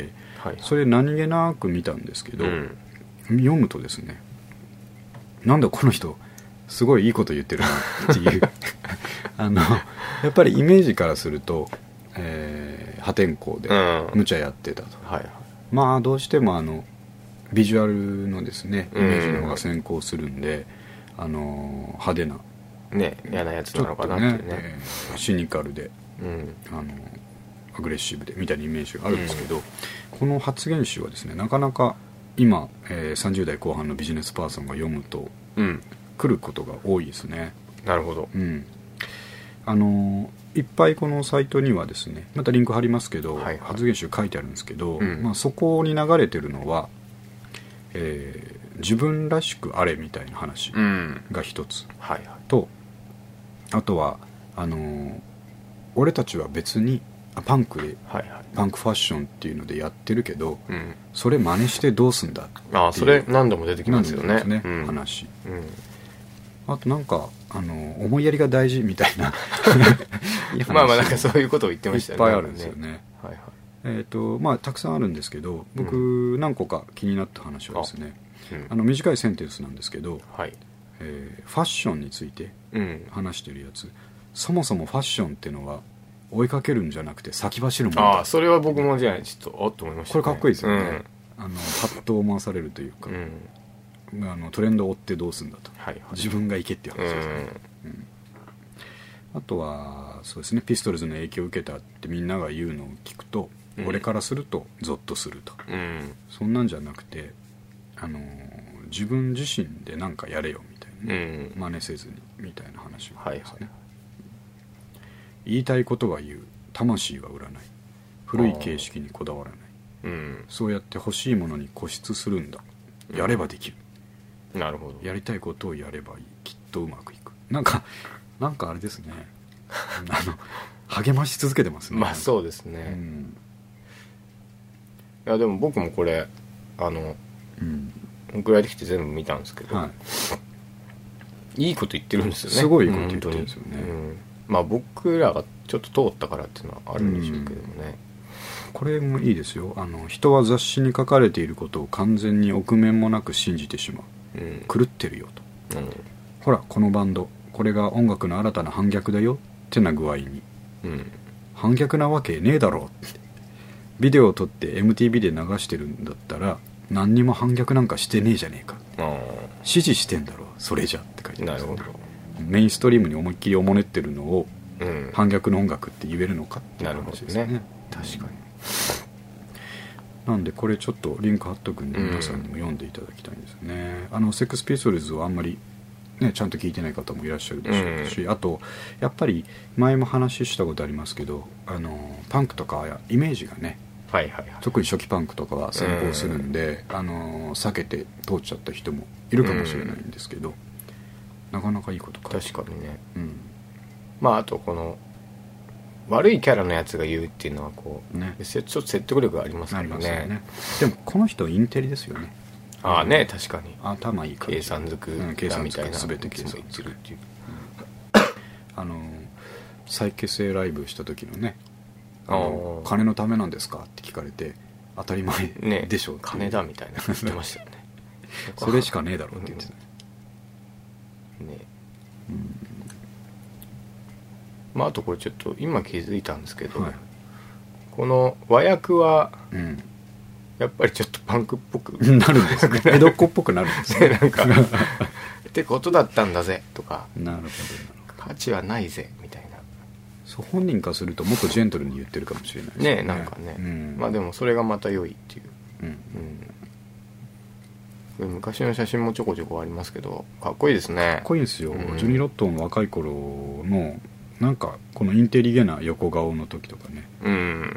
[SPEAKER 1] うんはい、それ何気なく見たんですけど、うん、読むとですね、なんだこの人すごいいいこと言ってるなっていうあのやっぱりイメージからすると、えー、破天荒で無茶やってたと、うんはいはい、まあどうしてもあのビジュアルのですねイメージの方が先行するんで、うん、あの派手な
[SPEAKER 2] ね嫌なやつなのかなっていうね、
[SPEAKER 1] えー、シニカルで、うん、あのアグレッシブでみたいなイメージがあるんですけど、うん、この発言集はですねなかなか今、えー、さんじゅう代後半のビジネスパーソンが読むと、うん、来ることが多いですね。
[SPEAKER 2] なるほど、
[SPEAKER 1] うん、あのいっぱいこのサイトにはですねまたリンク貼りますけど、はいはい、発言集書いてあるんですけど、うん、まあ、そこに流れてるのは、えー、自分らしくあれみたいな話が一つ、うんはいはい、とあとはあの俺たちは別にパンクで、はいはい、パンクファッションっていうのでやってるけど、うん、それ真似してどうすんだっていう
[SPEAKER 2] あそれ何度も出てきますよね、
[SPEAKER 1] ねうん、話、うん、あとなんかあの思いやりが大事みたいな
[SPEAKER 2] まあまあなんかそういうことを言ってましたよね。
[SPEAKER 1] いっぱいあるんですよね、はいはいえーとまあ、たくさんあるんですけど僕、うん、何個か気になった話はですね あ、うん、あの短いセンテンスなんですけど、はいえー、ファッションについて話してるやつ、うん、そもそもファッションっていうのは追いかけるんじゃなくて先走るもんだ。
[SPEAKER 2] あそれは僕もじゃあちょっとおっと思いましたね。
[SPEAKER 1] これかっこいいですよね、うん、あのパッと思わされるというか、うん、あのトレンドを追ってどうすんだと、はいはい、自分がいけっていう話ですね、うんうん、あとはそうですねピストルズの影響を受けたってみんなが言うのを聞くと、うん、俺からするとゾッとすると、うん、そんなんじゃなくてあの自分自身で何かやれよみたいな、ねうん、真似せずにみたいな話をですね、はいはい言いたいことは言う魂は売らない古い形式にこだわらない、うん、そうやって欲しいものに固執するんだやればできる、
[SPEAKER 2] うん、なるほど
[SPEAKER 1] やりたいことをやればいいきっとうまくいくなんかなんかあれですねあの励まし続けてますね。
[SPEAKER 2] まあそうですね、うん、いやでも僕もこれあの、うん、送られてきて全部見たんですけど、はい、いいこと言ってるんですよね。
[SPEAKER 1] すごいこと言ってるんですよね、うん
[SPEAKER 2] まあ僕らがちょっと通ったからっていうのはあるんでしょうけどもね、
[SPEAKER 1] うん、これもいいですよ。あの人は雑誌に書かれていることを完全に臆面もなく信じてしまう、うん、狂ってるよと、うん、ほらこのバンドこれが音楽の新たな反逆だよってな具合に、うん、反逆なわけねえだろってビデオを撮って エムティービー で流してるんだったら何にも反逆なんかしてねえじゃねえか、支持してんだろそれじゃって書いてます、ね、なるほど。メインストリームに思いっきりおもねってるのを、うん、反逆の音楽って言えるのかっていう話ですね。なるほどね、確かに。なんでこれちょっとリンク貼っとくんで皆さんにも読んでいただきたいんですよね、うん、あのセックスピストルズをあんまり、ね、ちゃんと聞いてない方もいらっしゃるでしょうし、うん、あとやっぱり前も話したことありますけどあのパンクとかイメージがね、はいはいはい、特に初期パンクとかは先行するんで、うん、あの避けて通っちゃった人もいるかもしれないんですけど、うんなかなかいいことか。
[SPEAKER 2] 確かにね、うん、まああとこの悪いキャラのやつが言うっていうのはこう、ね、ちょっと説得力がありますからね。ね
[SPEAKER 1] でもこの人インテリですよね。
[SPEAKER 2] ああね確かに
[SPEAKER 1] 頭いい
[SPEAKER 2] から計算づくだみたいな
[SPEAKER 1] 全て計算するっていう、うん、あの再結成ライブした時のねあの金のためなんですかって聞かれて当たり前でしょう、ね、
[SPEAKER 2] 金だみたいな言ってましたよね
[SPEAKER 1] それしかねえだろうって言ってた、ね
[SPEAKER 2] うん、まああとこれちょっと今気づいたんですけど、はい、この和訳は、うん、やっぱりちょっとパンクっぽく
[SPEAKER 1] なるんですね江戸っ子っぽくなるんですね
[SPEAKER 2] なんかってことだったんだぜとか
[SPEAKER 1] なるほど
[SPEAKER 2] 価値はないぜみたいな
[SPEAKER 1] そう本人からするともっとジェントルに言ってるかもしれないです
[SPEAKER 2] ね。ねなんかね、うん、まあでもそれがまた良いっていう、うんうん、昔の写真もちょこちょこありますけどかっこいいですね。
[SPEAKER 1] かっこいいですよ、うん、ジョニー・ロットンの若い頃のなんかこのインテリゲな横顔の時とかね、うん、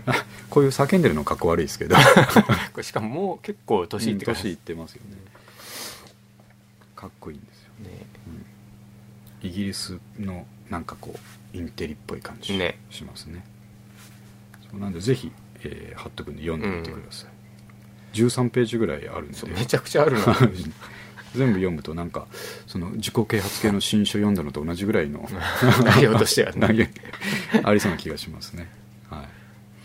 [SPEAKER 1] こういう叫んでるのかっこ悪いですけどこ
[SPEAKER 2] れしかももう結構年いって
[SPEAKER 1] 年いってますよね。かっこいいんですよね、うん、イギリスのなんかこうインテリっぽい感じしますね。そうなんでぜひ、えー、貼っとくんで読んでみてください、 じゅうさんページぐらいあるんで
[SPEAKER 2] めちゃくちゃあるな
[SPEAKER 1] 全部読むとなんかその自己啓発系の新書読んだのと同じぐらいの
[SPEAKER 2] 内容としてはね
[SPEAKER 1] ありそうな気がしますね、はい、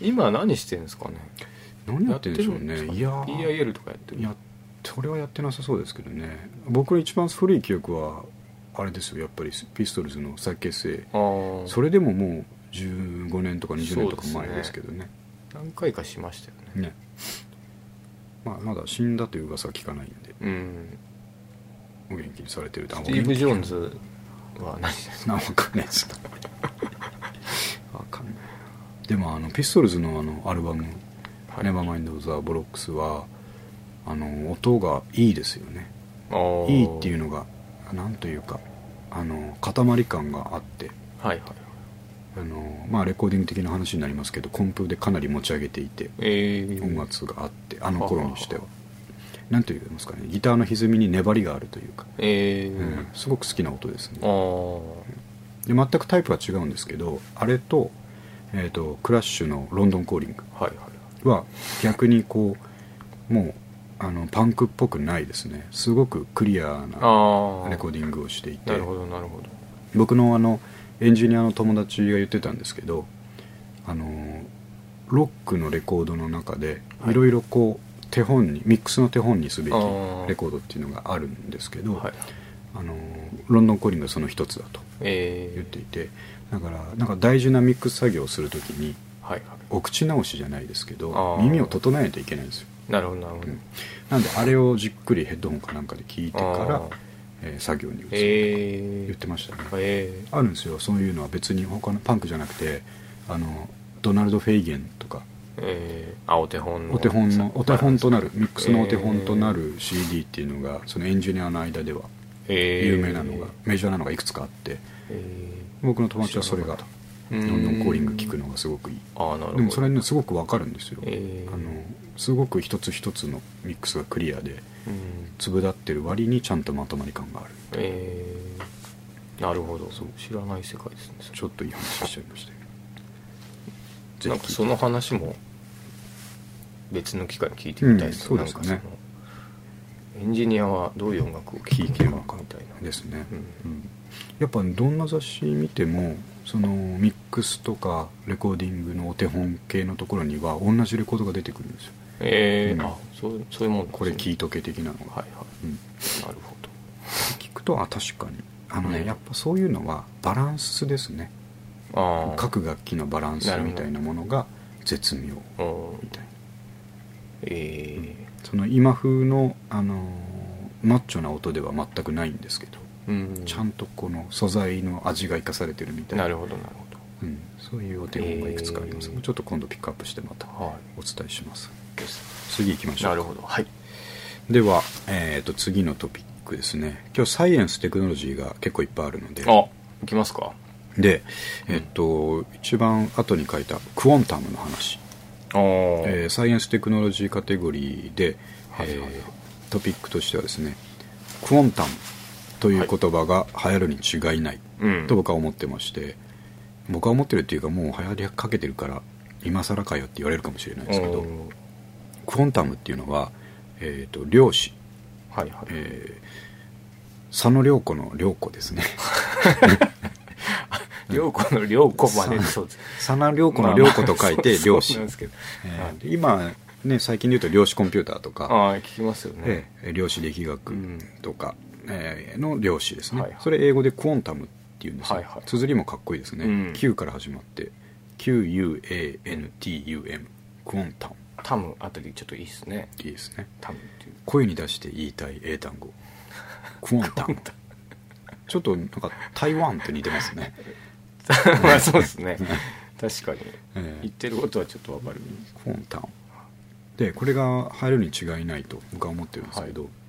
[SPEAKER 2] 今何してるんですかね。
[SPEAKER 1] 何やってるんでしょうね。いや
[SPEAKER 2] ピーアイエル とかやってる。
[SPEAKER 1] いやそれはやってなさそうですけどね。僕の一番古い記憶はあれですよ、やっぱりピストルズの再結成。あそれでももうじゅうごねんとかにじゅうねんとか前ですけど ね, ね
[SPEAKER 2] 何回かしましたよね。ね、
[SPEAKER 1] まあ、まだ死んだという噂は聞かないんで、うん、お元気にされてる。
[SPEAKER 2] スティーブ・ジョーンズは何ですか。
[SPEAKER 1] わかんないですわかんない。でもあのピストルズのあのアルバム「ネバーマインド・ザ・ボロックス」はあの音がいいですよね。いいっていうのがなんというかあの塊感があって、はいはい、あのまあレコーディング的な話になりますけどコンプでかなり持ち上げていて、えー、音楽があってあの頃にしてはなんというんですかね、ギターの歪みに粘りがあるというか、えーうん、すごく好きな音ですね。で全くタイプは違うんですけど、あれと、えーと、クラッシュのロンドンコーリングは逆にこうもうあのパンクっぽくないですね。すごくクリアなレコーディングをしていて、なるほどなるほど。僕のあのエンジニアの友達が言ってたんですけど、あのロックのレコードの中でいろいろこう手本にミックスの手本にすべきレコードっていうのがあるんですけど、はい、あのロンドンコーリングがその一つだと言っていて、えー、だからなんか大事なミックス作業をするときに、はいはい、お口直しじゃないですけど耳を整えないといけないんですよ。なるほどなるほど、うん、なんであれをじっくりヘッドホンかなんかで聞いてから、えー、作業に移る、えー、言ってましたね、えー、あるんですよそういうのは。別に他のパンクじゃなくてあのドナルド・フェイゲンとか、
[SPEAKER 2] えー、あお手本の
[SPEAKER 1] お手本のお手本となるミックスのお手本となる シーディー っていうのがそのエンジニアの間では有名なのが、えー、メジャーなのがいくつかあって、えー、僕の友達はそれがロンドンコーリング聞くのがすごくいい。あなるほど。でもそれねすごくわかるんですよ、えー、あのすごく一つ一つのミックスがクリアで粒立ってる割にちゃんとまとまり感がある。え
[SPEAKER 2] ー、なるほど。そう知らない世界ですね。
[SPEAKER 1] ちょっといい話しちゃいました
[SPEAKER 2] けどなんかその話も別の機会に聞いてみたいです、うん、そうですね。なんかそのエンジニアはどういう音楽を聴いてるのかみたいな
[SPEAKER 1] ですね、うんうん、やっぱどんな雑誌見てもそのミックスとかレコーディングのお手本系のところには同じレコードが出てくるんですよ。えーうん、あそうそういうもんですね。これ聴いとけ的なのが、はいはい、うん、なるほど。聞くとあ確かにあのね、うん、やっぱそういうのはバランスですね。あ各楽器のバランスみたいなものが絶妙みたいな、えー、その今風の、あのー、マッチョな音では全くないんですけど、うん、ちゃんとこの素材の味が生かされてるみたいな。なるほどなるほど、うん、そういうお手本がいくつかあります、えー、ちょっと今度ピックアップしてまたお伝えします、はい、次行きましょう。なるほど、はい、では、えー、と次のトピックですね。今日サイエンステクノロジーが結構いっぱいあるので、
[SPEAKER 2] あ行きますか。
[SPEAKER 1] で、えっと、一番後に書いたクォンタムの話、えー、サイエンステクノロジーカテゴリーで、はいはいはい、えー、トピックとしてはですね、クォンタムという言葉が流行るに違いない、はい、と僕は思ってまして、僕は思ってるっていうかもう流行りかけてるから今更かよって言われるかもしれないですけど、クォンタムっていうのは、えー、と量子、はいはい、えー、佐野良子の良子ですね
[SPEAKER 2] 良子の良子までそうです。
[SPEAKER 1] 佐野良子の良子と書いて量子。今ね最近で言うと量子コンピューターとか、
[SPEAKER 2] あ聞きますよね。
[SPEAKER 1] えー、量子力学とか、うん、えー、の量子ですね。はいはい、それ英語でクォンタムっていうんですよ。はいはい、綴りもかっこいいですね。うん、Q から始まって キューユーエーエヌティーユーエム クォンタム。
[SPEAKER 2] タムあたりちょっといいですね。
[SPEAKER 1] いいですね。タムっていう声に出して言いたい英単語。クォンタム。ちょっとなんか台湾と似てますね。
[SPEAKER 2] まあそうですね確かに、えー、言ってることはちょっと分かる。
[SPEAKER 1] クォンタムでこれが流行るに違いないと僕は思ってるんですけど、はい、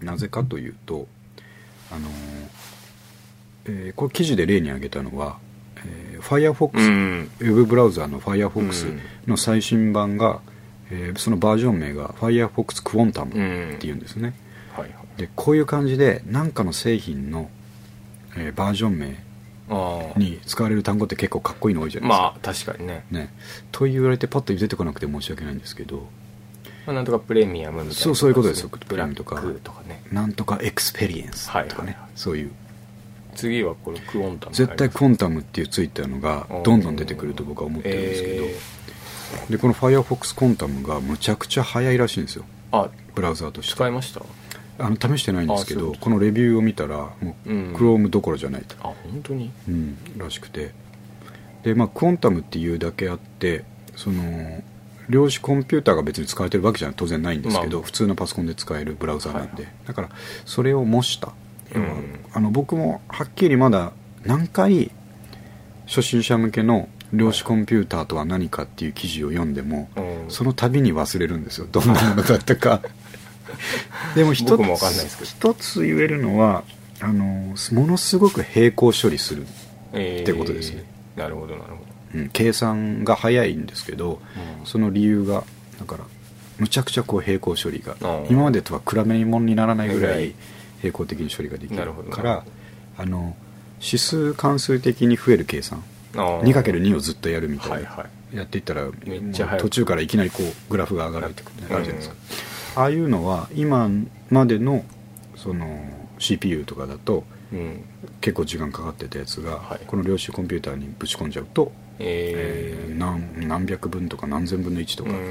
[SPEAKER 1] なぜかというとあのーえー、これ記事で例に挙げたのは、えー、Firefox、うん、ウェブブラウザーの Firefox の最新版が、えー、そのバージョン名が Firefox Quantum っていうんですね、うんはいはい、でこういう感じで何かの製品の、えー、バージョン名に使われる単語って結構かっこいいの多いじゃないですか。
[SPEAKER 2] まあ確かに ね,
[SPEAKER 1] ねと言われてパッと出てこなくて申し訳ないんですけど、
[SPEAKER 2] まあ、なんとかプレミアムみたいな、
[SPEAKER 1] そうそういうことですよ。
[SPEAKER 2] ブラックとかね、
[SPEAKER 1] なんとかエクスペリエンスとかね、
[SPEAKER 2] はいはいはい、
[SPEAKER 1] そういう。
[SPEAKER 2] 次はこれクォンタム、
[SPEAKER 1] 絶対クォンタムっていうついたのがどんどん出てくると僕は思ってるんですけど、えー、でこの Firefox クォンタムがむちゃくちゃ速いらしいんですよ。
[SPEAKER 2] あ、
[SPEAKER 1] ブラウザーとして
[SPEAKER 2] 使いました？
[SPEAKER 1] あの試してないんですけど、このレビューを見たらもう Chrome どころじゃないと、
[SPEAKER 2] うん、あ、本当に、
[SPEAKER 1] うん、らしくて、でまあクォンタムっていうだけあって、その量子コンピューターが別に使われてるわけじゃ当然ないんですけど、まあ、普通のパソコンで使えるブラウザなんで、はい、だからそれを模した、うん、あの僕もはっきりまだ何回初心者向けの量子コンピューターとは何かっていう記事を読んでも、はい、その度に忘れるんですよ、どんなものだったかでも一つ、
[SPEAKER 2] 僕も分かんないですけど、
[SPEAKER 1] 一つ言えるのはあのものすごく並行処理するってことですね、
[SPEAKER 2] えー、なるほどなるほ
[SPEAKER 1] ど、うん、計算が早いんですけど、うん、その理由がだからむちゃくちゃこう並行処理が今までとは比べ物にならないぐらい並行的に処理ができるからあの指数関数的に増える計算 にかけるに をずっとやるみたいな、はいはい、やっていったらめっちゃ途中からいきなりこうグラフが上がるってことになるじゃないですか、うん、ああいうのは今までのその シーピーユー とかだと、うん、結構時間かかってたやつが、はい、この量子コンピューターにぶち込んじゃうと、えーえー、何, 何百分とか何千分のいちとか、うん、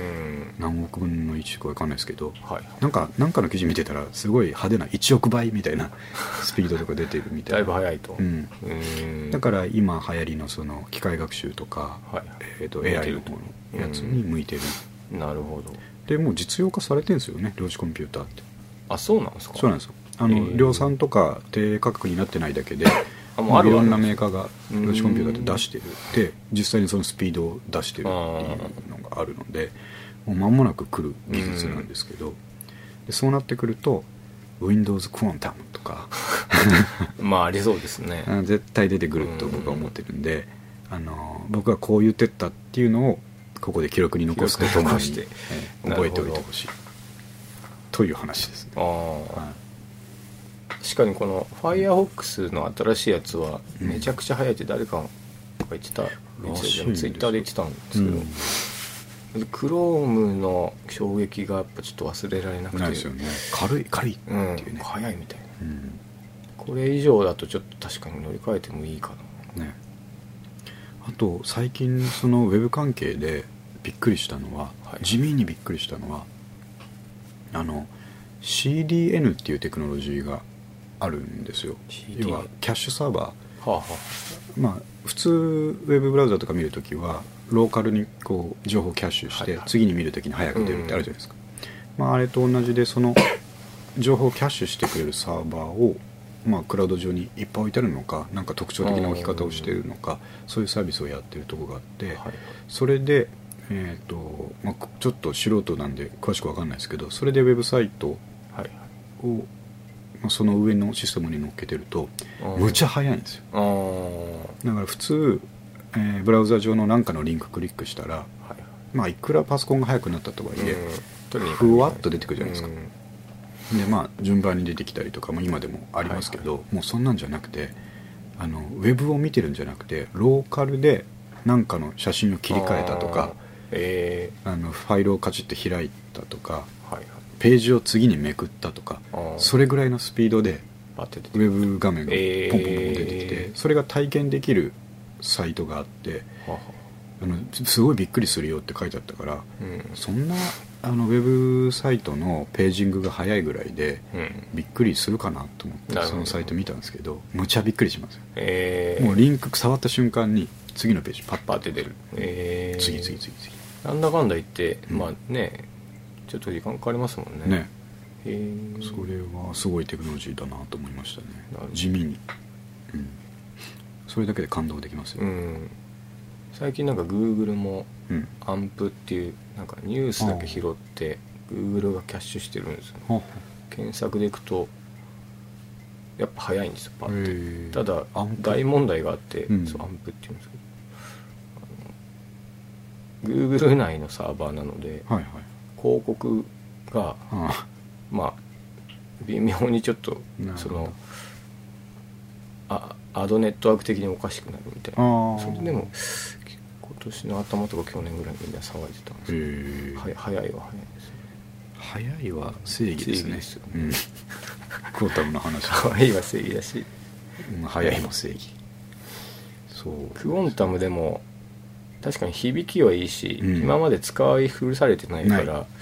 [SPEAKER 1] 何億分のいちとか分かんないですけど、はい、なんかなんかの記事見てたらすごい派手ないちおくばいみたいなスピードとか出てるみたいな
[SPEAKER 2] だいぶ速いと、
[SPEAKER 1] うん、うんだから今流行りのその機械学習とか、はいえー、と エーアイ の方のやつに向いてる、
[SPEAKER 2] うん、なるほど。
[SPEAKER 1] でもう実用化されてるんですよね、量子コンピューターって。
[SPEAKER 2] あ、そうなんですか。
[SPEAKER 1] そうなんですよ。あの、えー、量産とか低価格になってないだけであもうあるいろんなメーカーが量子コンピューターって出してるで実際にそのスピードを出してるっていうのがあるのでもう間もなく来る技術なんですけど、でそうなってくると Windows クォンタムとか
[SPEAKER 2] まあありそうですね
[SPEAKER 1] 絶対出てくると僕は思ってるんで、あの僕がこう言ってったっていうのをここで記録に残すとともに、えー、覚えておいてほしいという話ですね。あ、はい
[SPEAKER 2] 確かにこの Firefox の新しいやつはめちゃくちゃ速いって誰かが言ってた、うん、ツイッターで言ってたんですけど、うん、Chrome の衝撃がやっぱちょっと忘れられなくて
[SPEAKER 1] ないですよね。軽い軽いっていうね、うん、
[SPEAKER 2] 速いみたいな、うん、これ以上だとちょっと確かに乗り換えてもいいかな、ね、
[SPEAKER 1] あと最近そのウェブ関係でびっくりしたのは、はい、地味にびっくりしたのはあの シーディーエヌ っていうテクノロジーがあるんですよ。要はキャッシュサーバー、はあはあ、まあ普通ウェブブラウザとか見るときはローカルにこう情報キャッシュして、はいはい、次に見るときに早く出るってあるじゃないですか、うんまあ、あれと同じでその情報をキャッシュしてくれるサーバーを、まあ、クラウド上にいっぱい置いてあるのかなんか特徴的な置き方をしているのかそういうサービスをやってるところがあって、はい、それで、えーとまあ、ちょっと素人なんで詳しく分かんないですけどそれでウェブサイトを、はいはいその上のシステムに乗っけてるとむちゃ早いんですよ。だから普通、えー、ブラウザ上の何かのリンククリックしたら、はいまあ、いくらパソコンが速くなったとはいえふわっと出てくるじゃないですか。でまあ順番に出てきたりとかも今でもありますけど、はいはい、もうそんなんじゃなくてあのウェブを見てるんじゃなくてローカルで何かの写真を切り替えたとかあ、えー、あのファイルをカチッと開いたとか、はいはいページを次にめくったとかそれぐらいのスピードでウェブ画面がポンポンポン出てきて、えー、それが体験できるサイトがあってははあのすごいびっくりするよって書いてあったから、うん、そんなあのウェブサイトのページングが早いぐらいで、うん、びっくりするかなと思ってそのサイト見たんですけどむちゃびっくりしますよ、えー、もうリンク触った瞬間に次のページパッパって出る、えー、次次次次
[SPEAKER 2] なんだかんだ言って、うん、まあねちょっと時間かかりますもんね。
[SPEAKER 1] ねへそれはすごいテクノロジーだなと思いましたね。地味に、うん、それだけで感動できますよ、うん、
[SPEAKER 2] 最近なんか Google もアンプっていうなんかニュースだけ拾って Google がキャッシュしてるんですよ、ね、検索でいくとやっぱ早いんですよパッて。ただ大問題があって、うん、そうアンプっていうんですけど Google 内のサーバーなので、はいはい広告がああまあ微妙にちょっとそのあアドネットワーク的におかしくなるみたいなそれでも今年の頭とか去年ぐらいみんな騒いでたんですけどは早いは早いですね。
[SPEAKER 1] 早いは正義ですね。
[SPEAKER 2] ですよ、
[SPEAKER 1] うん、クォンタムの話
[SPEAKER 2] 早いは正義だし、
[SPEAKER 1] うん、早いも正義。そう
[SPEAKER 2] クォンタムでも確かに響きはいいし、
[SPEAKER 1] うん、
[SPEAKER 2] 今まで使い古されてないから、
[SPEAKER 1] うん、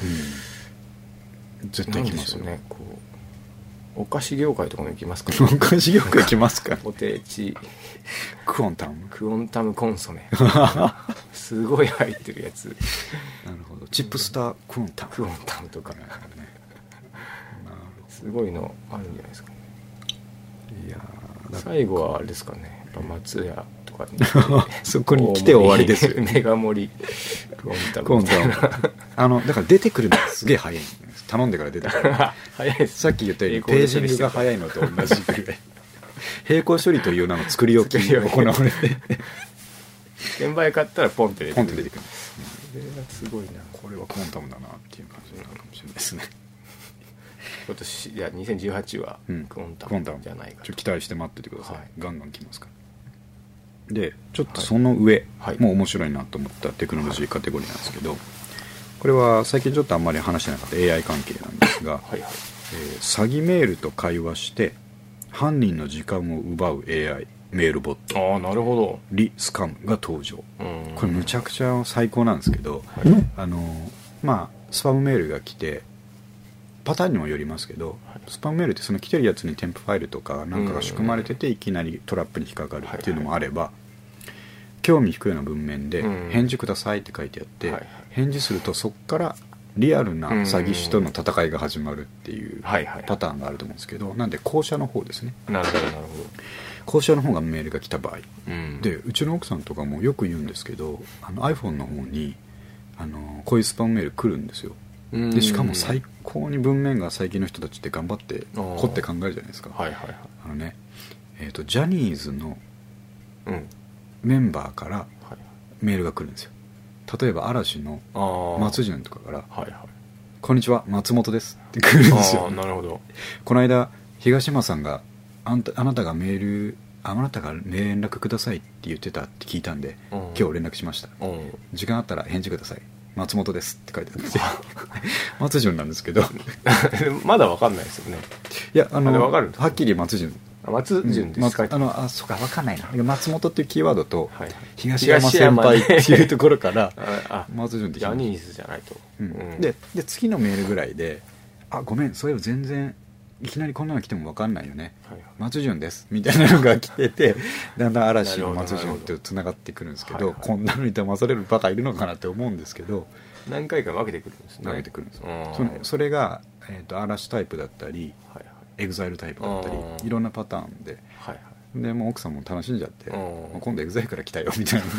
[SPEAKER 1] 絶対行きますよ
[SPEAKER 2] ね。こうお菓子業界とかも行きますか
[SPEAKER 1] ね。お菓子業界行きますか。
[SPEAKER 2] ポテチ
[SPEAKER 1] クォンタム
[SPEAKER 2] クォンタムコンソメすごい入ってるやつ。
[SPEAKER 1] なるほど。チップスタークォンタム
[SPEAKER 2] クォンタムとか、ね、すごいのあるんじゃないですかね。
[SPEAKER 1] いや
[SPEAKER 2] 最後はあれですかね、やっぱ松屋とかに
[SPEAKER 1] そこに来て終わりですよ、
[SPEAKER 2] メガ盛りクォンタムみたいな
[SPEAKER 1] あのだから出てくるのがすげえ早いんです。頼んでから出てくる
[SPEAKER 2] 早いです。
[SPEAKER 1] さっき言ったようにページングが早いのと同じくらい並行処理という名の作り置きが行われて
[SPEAKER 2] 現場へ買ったらポンって出てくる。
[SPEAKER 1] ポンって出てくる、
[SPEAKER 2] うん、それがすごいな。
[SPEAKER 1] これはクォンタムだなっていう感じになるかもしれないですね。
[SPEAKER 2] 今年いやにせんじゅうはちはクォンタムじゃないかと、
[SPEAKER 1] ちょっと期待して待っててください、
[SPEAKER 2] はい、
[SPEAKER 1] ガンガン来ますからでちょっとその上、はい、もう面白いなと思ったテクノロジーカテゴリーなんですけど、これは最近ちょっとあんまり話してなかった エーアイ 関係なんですがはい、はい、えー、詐欺メールと会話して犯人の時間を奪う エーアイ メールボット、
[SPEAKER 2] ああなるほど、
[SPEAKER 1] リスカムが登場。
[SPEAKER 2] うん、
[SPEAKER 1] これむちゃくちゃ最高なんですけど、はい、あのまあスパムメールが来てパターンにもよりますけど、はい、スパムメールってその来てるやつに添付ファイルとかなんかが仕組まれてていきなりトラップに引っかかるっていうのもあれば、はいはい、興味引くような文面で返事くださいって書いてあって、はいはい、返事するとそこからリアルな詐欺師との戦いが始まるっていうパターンがあると思うんですけど、なんで後者の方ですね。
[SPEAKER 2] なるほどなるほど。
[SPEAKER 1] 後者の方がメールが来た場合、
[SPEAKER 2] うん、
[SPEAKER 1] でうちの奥さんとかもよく言うんですけど、あの iPhone の方にあのこういうスパムメール来るんですよ。でしかも最高に文面が最近の人たちって頑張って凝って考えるじゃないですか。
[SPEAKER 2] はいはいはい、
[SPEAKER 1] あのね、えーと、ジャニーズの
[SPEAKER 2] うん
[SPEAKER 1] メンバーからメールが来るんですよ。例えば嵐の松潤とかから、
[SPEAKER 2] はいはい、
[SPEAKER 1] こんにちは松本ですって来るんですよ。
[SPEAKER 2] あなるほど。
[SPEAKER 1] この間東山さんがあんた、あなたがメールあなたが連絡くださいって言ってたって聞いたんで、うん、今日連絡しました、うん、時間あったら返事ください松本ですって書いてあるんですよ松潤なんですけど
[SPEAKER 2] まだ分かんないですよね。
[SPEAKER 1] いやあの
[SPEAKER 2] 分かる
[SPEAKER 1] はっきり松潤
[SPEAKER 2] 松潤ですか、
[SPEAKER 1] うん、あのあそうか分かんないな。松本っていうキーワードと、
[SPEAKER 2] はい、
[SPEAKER 1] 東山先輩っていうところから松潤って
[SPEAKER 2] ジャニーズじゃないと、
[SPEAKER 1] うんうん、で, で次のメールぐらいであごめんそういえば全然いきなりこんなの来ても分かんないよね、はいはい、松潤ですみたいなのが来ててだんだん嵐の松潤とつながってくるんですけど、はいはい、こんなのに騙されるバカいるのかなって思うんですけど、
[SPEAKER 2] 何回か分けてくるんですね。
[SPEAKER 1] 分けてくるんですよ。それ、それが、えーと、嵐タイプだったり、はいはい、エグザイルタイプだったりいろんなパターンで、はいはい、でもう奥さんも楽しんじゃってもう今度エグザイルから来たよみたいな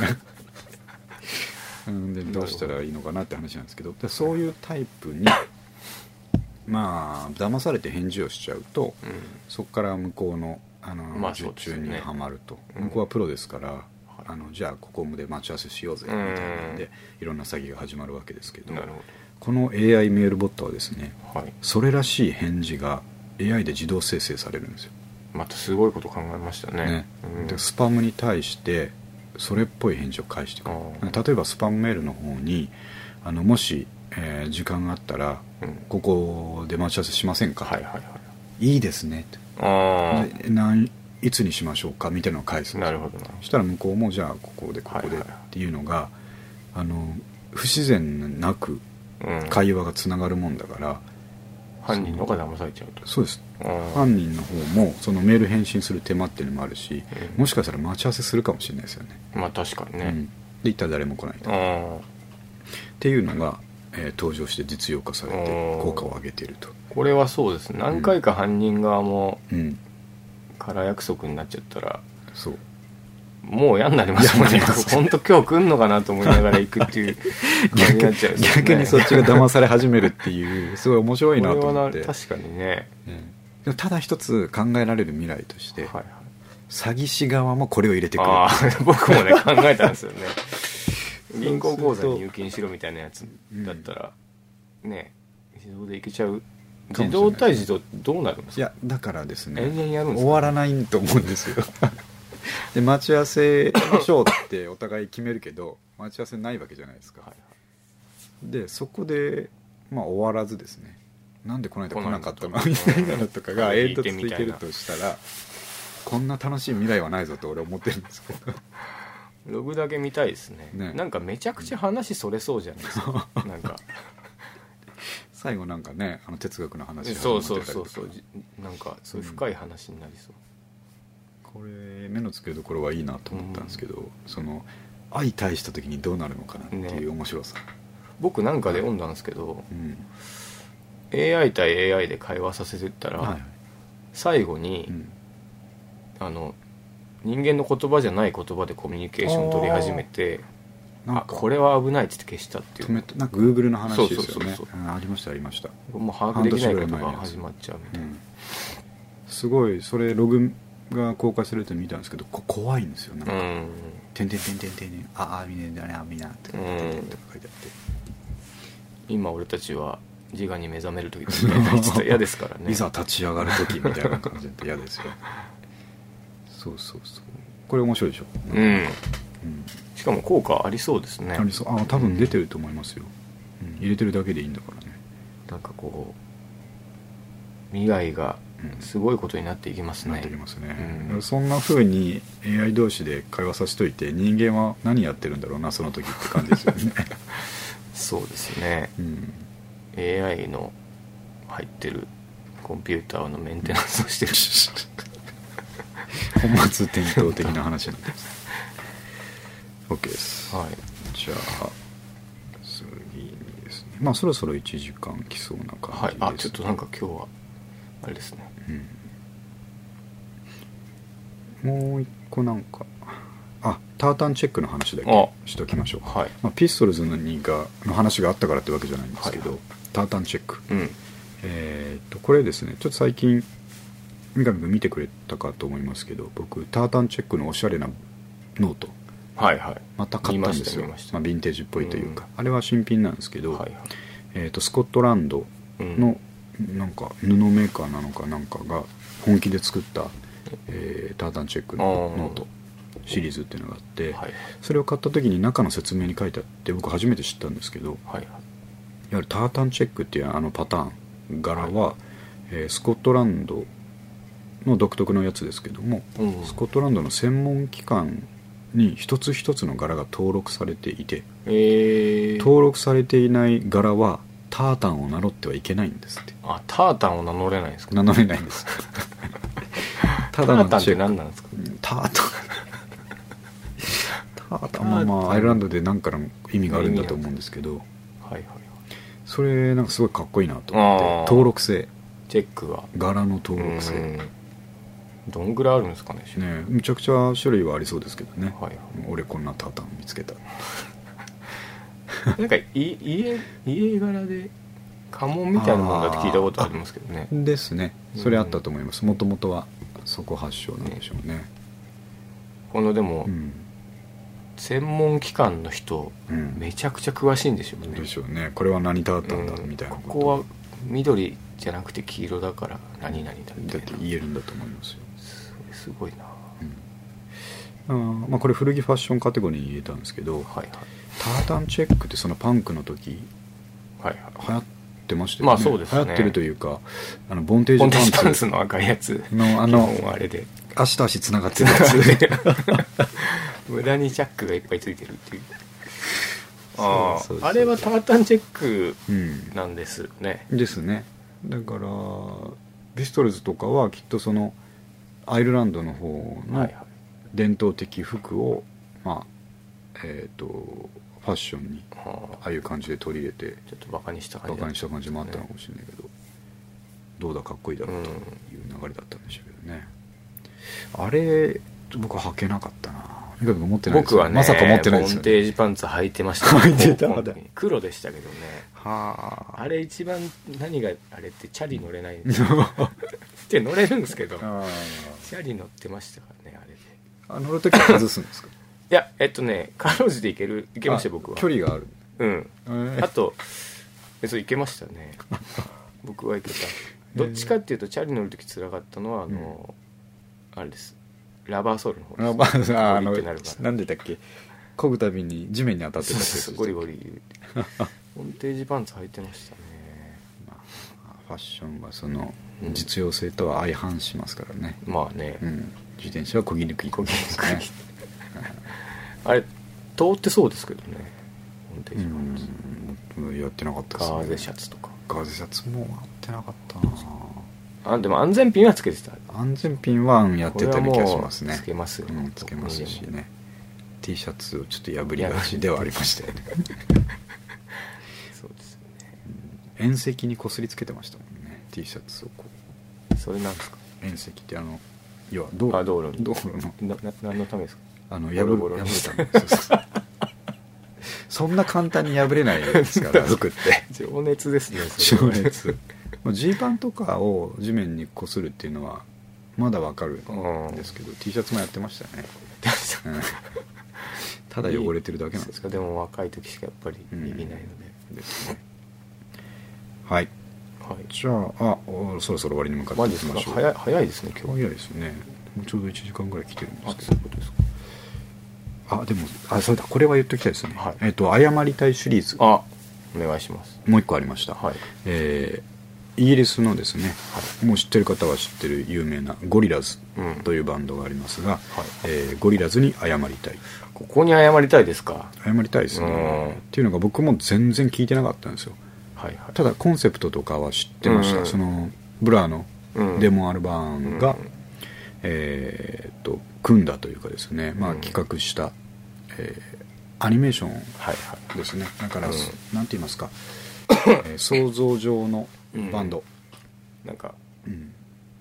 [SPEAKER 1] うんでどうしたらいいのかなって話なんですけど、でそういうタイプにまあ騙されて返事をしちゃうと、うん、そこから向こうのあの、まあ、受注にはまると、うん、向こうはプロですから、あのじゃあここで待ち合わせしようぜみたいなんで、いろんな詐欺が始まるわけですけど、この エーアイ メールボットはですね、はい、それらしい返事が エーアイ で自動生成されるんですよ。
[SPEAKER 2] またすごいこと考えました ね, ね、
[SPEAKER 1] うん、でスパムに対してそれっぽい返事を返してくる。例えばスパムメールの方にあのもし、えー、時間があったら、うん、ここで待ち合わせしませんか、はいはいはい、いいですねってあ何いつにしましょうかみたいなのを返すんですよ。なるほどな。そしたら向こうもじゃあここでここでっていうのが、はいはい、あの不自然なく会話がつながるもんだから、うん、
[SPEAKER 2] 犯人の方が騙されちゃうと。
[SPEAKER 1] そうです。犯人の方もそのメール返信する手間っていうのもあるし、うん、もしかしたら待ち合わせするかもしれないですよね。
[SPEAKER 2] まあ確かにね、うん、で
[SPEAKER 1] 言ったら誰も来ないとっていうのが、えー、登場して実用化されて効果を上げていると。
[SPEAKER 2] これはそうですね。何回か犯人側も、うん、空約束になっちゃったら、
[SPEAKER 1] そう
[SPEAKER 2] もう嫌になりますもんね。本当今日来んのかなと思いながら行くっていう
[SPEAKER 1] 逆, になっちゃう、ね、逆にそっちが騙され始めるっていうすごい面白いなと思って。
[SPEAKER 2] 確かにね、
[SPEAKER 1] うん、ただ一つ考えられる未来として、はいはい、詐欺師側もこれを入れてくる。
[SPEAKER 2] あ僕もね考えたんですよね銀行口座に入金しろみたいなやつだったら、うん、ね自動でいけちゃう。自動対自動どうなるんですか。
[SPEAKER 1] いやだからですね、
[SPEAKER 2] 永遠やるんですか、ね、
[SPEAKER 1] 終わらないと思うんですよで待ち合わせましょうってお互い決めるけど待ち合わせないわけじゃないですか、はいはい、でそこで、まあ、終わらずですね、 なんでこの間来なかったのみたいなのとかが永遠と続いてるとしたらこんな楽しい未来はないぞと俺思ってるんですけど
[SPEAKER 2] ログだけ見たいです ね,
[SPEAKER 1] ね。
[SPEAKER 2] なんかめちゃくちゃ話それそうじゃないですかなんか
[SPEAKER 1] 最後なんかねあの哲学の話
[SPEAKER 2] そうそうそうそうなんかそういう深い話になりそう、
[SPEAKER 1] うん、これ目の付けどころはいいなと思ったんですけど、うん、その相対した時にどうなるのかなっていう面白さ、ね、
[SPEAKER 2] 僕なんかで読んだんですけど、
[SPEAKER 1] うん、
[SPEAKER 2] エーアイ 対 エーアイ で会話させてったら、はい、最後に、うん、あの人間の言葉じゃない言葉でコミュニケーション取り始めてなんかあこれは危ないって言って消したっていう
[SPEAKER 1] 止めたなんか Google の話ですよね。そうそうそうそう、ありましたありました。
[SPEAKER 2] もう把握できないことが始まっちゃうみたいな、うん、
[SPEAKER 1] すごいそれログが公開されて見たんですけどこ怖いんですよなんか、うん、てんてんてんてんてんああみんなねあみんなって書いてあって、うん、
[SPEAKER 2] 今俺たちは自我に目覚める時みたいなちょっと嫌ですからね
[SPEAKER 1] いざ立ち上がる時みたいな感じで嫌ですよそうそうそうこれ面白いでしょ、うん、うん、
[SPEAKER 2] しかも効果ありそうですね。
[SPEAKER 1] ありそうあ多分出てると思いますよ、うん、入れてるだけでいいんだからね。
[SPEAKER 2] なんかこう未来がすごいことになっていきますね、
[SPEAKER 1] なっていきますね、うん、そんな風に エーアイ 同士で会話させといて人間は何やってるんだろうなその時って感じですよね
[SPEAKER 2] そうですね、うん、エーアイ の入ってるコンピューターのメンテナンスをしてる
[SPEAKER 1] 本末転倒的な話になってます OK です、はい、じゃあ次にですねまあそろそろいちじかん来そうな感じです、ね、はい、
[SPEAKER 2] あちょっとなんか今日はあれですね、
[SPEAKER 1] うん、もう一個なんかあタータンチェックの話だけしときましょう、はいまあ、ピストルズのがの話があったからってわけじゃないんですけど、はい、タータンチェック、うんえー、とこれですねちょっと最近三上君見てくれたかと思いますけど僕タータンチェックのおしゃれなノート、
[SPEAKER 2] はいはい、
[SPEAKER 1] また買ったんですよ。ままあ、ヴィンテージっぽいというか、うん、あれは新品なんですけど、はいはいえー、とスコットランドのなんか布メーカーなのかなんかが本気で作った、えー、タータンチェックのノートシリーズっていうのがあって、はいはい、それを買った時に中の説明に書いてあって僕初めて知ったんですけど、はいはい、いわゆるタータンチェックっていうあのパターン柄は、はいえー、スコットランドの独特のやつですけども、うん、スコットランドの専門機関に一つ一つの柄が登録されていて、えー、登録されていない柄はタータンを名乗ってはいけないんですって。
[SPEAKER 2] あタータンを名乗れないんですか。
[SPEAKER 1] 名乗れないんです
[SPEAKER 2] ただのタータンって何なんですか。
[SPEAKER 1] タータンタータンまあまあアイルランドで何かの意味があるんだと思うんですけど、はいはいはい、それなんかすごいかっこいいなと思って登録性
[SPEAKER 2] チェックが
[SPEAKER 1] 柄の登録性
[SPEAKER 2] どんぐらいあるんですか ね,
[SPEAKER 1] ねめちゃくちゃ種類はありそうですけどね、はいはい、俺こんなタータン見つけた
[SPEAKER 2] なんか家家柄で家紋みたいなもんだって聞いたことありますけどね。
[SPEAKER 1] ですねそれあったと思います。もともとはそこ発祥なんでしょうね。
[SPEAKER 2] このでも、うん、専門機関の人、うん、めちゃくちゃ詳しいんでしょうね。
[SPEAKER 1] でしょうね。これは何タータンだ、うん、みたいなこと。
[SPEAKER 2] ここは緑じゃなくて黄色だから何々だみたいな
[SPEAKER 1] だって言えるんだと思いますよ。
[SPEAKER 2] すごいな、
[SPEAKER 1] うんあまあ、これ古着ファッションカテゴリーに入れたんですけど、はいはい、タータンチェックってそのパンクの時、はいはい、流行ってましたよね。まあそうですね。流行ってるというかあのボンテージパンツ、
[SPEAKER 2] ボンテージパンツの赤いやつ
[SPEAKER 1] のあの
[SPEAKER 2] あれで
[SPEAKER 1] 足と足つながってるやつ
[SPEAKER 2] 無駄にチャックがいっぱいついてるっていうあそうそうそうあれはタータンチェックなんですね、
[SPEAKER 1] うん、ですね。だからビストルズとかはきっとそのアイルランドの方の伝統的服を、まあえー、とファッションにああいう感じで取り入れて
[SPEAKER 2] ちょっとバカにした感じ
[SPEAKER 1] バカにした感じもあったのかもしれないけど、ね、どうだかっこいいだろうという流れだったんでしょうけどね、うん、あれ僕は履けなかったな。持ってないですよ。僕はねまさか持ってないですよね。ボンテージパンツ履いてました
[SPEAKER 2] 履いてたまだ黒でしたけどね。はあ、あれ一番何があれってチャリ乗れないんですって乗れるんですけどチャリ乗ってましたからね。あれで
[SPEAKER 1] あ乗るときは外すんですか。
[SPEAKER 2] いやえっとねかろうじていけるいけました僕は。
[SPEAKER 1] 距離がある。
[SPEAKER 2] うん、えー、あとそういけましたね僕はいけた。どっちかっていうとチャリ乗るとき辛かったのはあの、うん、あれですラバーソールの方です。ラバーソールあの
[SPEAKER 1] なんでだっけ漕ぐたびに地面に当たってたやつ。
[SPEAKER 2] ゴリゴリボンテージパンツ履いてましたね。
[SPEAKER 1] まあ、 ファッションはその実用性とは相反しますからね、
[SPEAKER 2] うん、まあね、
[SPEAKER 1] うん、自転車は漕ぎにくい漕ぎにくい
[SPEAKER 2] あれ通ってそうですけどね、
[SPEAKER 1] うん、やってなかったですね。
[SPEAKER 2] ガーゼシャツとか
[SPEAKER 1] ガーゼシャツもやってなかったな
[SPEAKER 2] あ。でも安全ピンはつけてた。
[SPEAKER 1] 安全ピンはやってたような気がしますね。
[SPEAKER 2] つけますよ、
[SPEAKER 1] うん、つけますしね。 T シャツをちょっと破りがちではありましたよね
[SPEAKER 2] そうですよね、
[SPEAKER 1] うん、縁石にこすりつけてましたもんね T シャツをこ
[SPEAKER 2] う。それなんですか？
[SPEAKER 1] 縁石ってあの要は道路、
[SPEAKER 2] あ道路
[SPEAKER 1] 道路の
[SPEAKER 2] なな何のためですか？あの
[SPEAKER 1] 破る破るためですそんな簡単に破れないですから服って
[SPEAKER 2] 情熱ですね。
[SPEAKER 1] 情熱ジーパンとかを地面にこするっていうのはまだわかるんですけど、うん、T シャツもやってましたねただ汚れてるだけなんですけど。
[SPEAKER 2] でも若い時しかやっぱりできないので、
[SPEAKER 1] うん、ですね。はい、はい、じゃあ、あそろそろ終わりに向かっていきましょう。
[SPEAKER 2] 早い早いですね今日。
[SPEAKER 1] 早いですね。もうちょうどいちじかんぐらい来てるんですけど。
[SPEAKER 2] あ、そういうことですか。
[SPEAKER 1] あでもあそうだこれは言っときたいですね、はい、えっと謝りたいシリーズ、
[SPEAKER 2] あお願いします。
[SPEAKER 1] もう一個ありました、
[SPEAKER 2] はい、
[SPEAKER 1] えー、イギリスのですね、はい、もう知ってる方は知ってる有名なゴリラズというバンドがありますが、うんはいえー、ゴリラズに謝りたい。
[SPEAKER 2] ここに謝りたいですか？
[SPEAKER 1] 謝りたいですね。っていうのが僕も全然聞いてなかったんですよ、はいはい、ただコンセプトとかは知ってました、うん、そのブラーのデモアルバムが、うんえー、と組んだというかですね、まあ、企画した、えー、アニメーションですね、はいはい、だから、うん、なんて言いますか、えー、想像上のバンド、
[SPEAKER 2] うん、なんか、うん、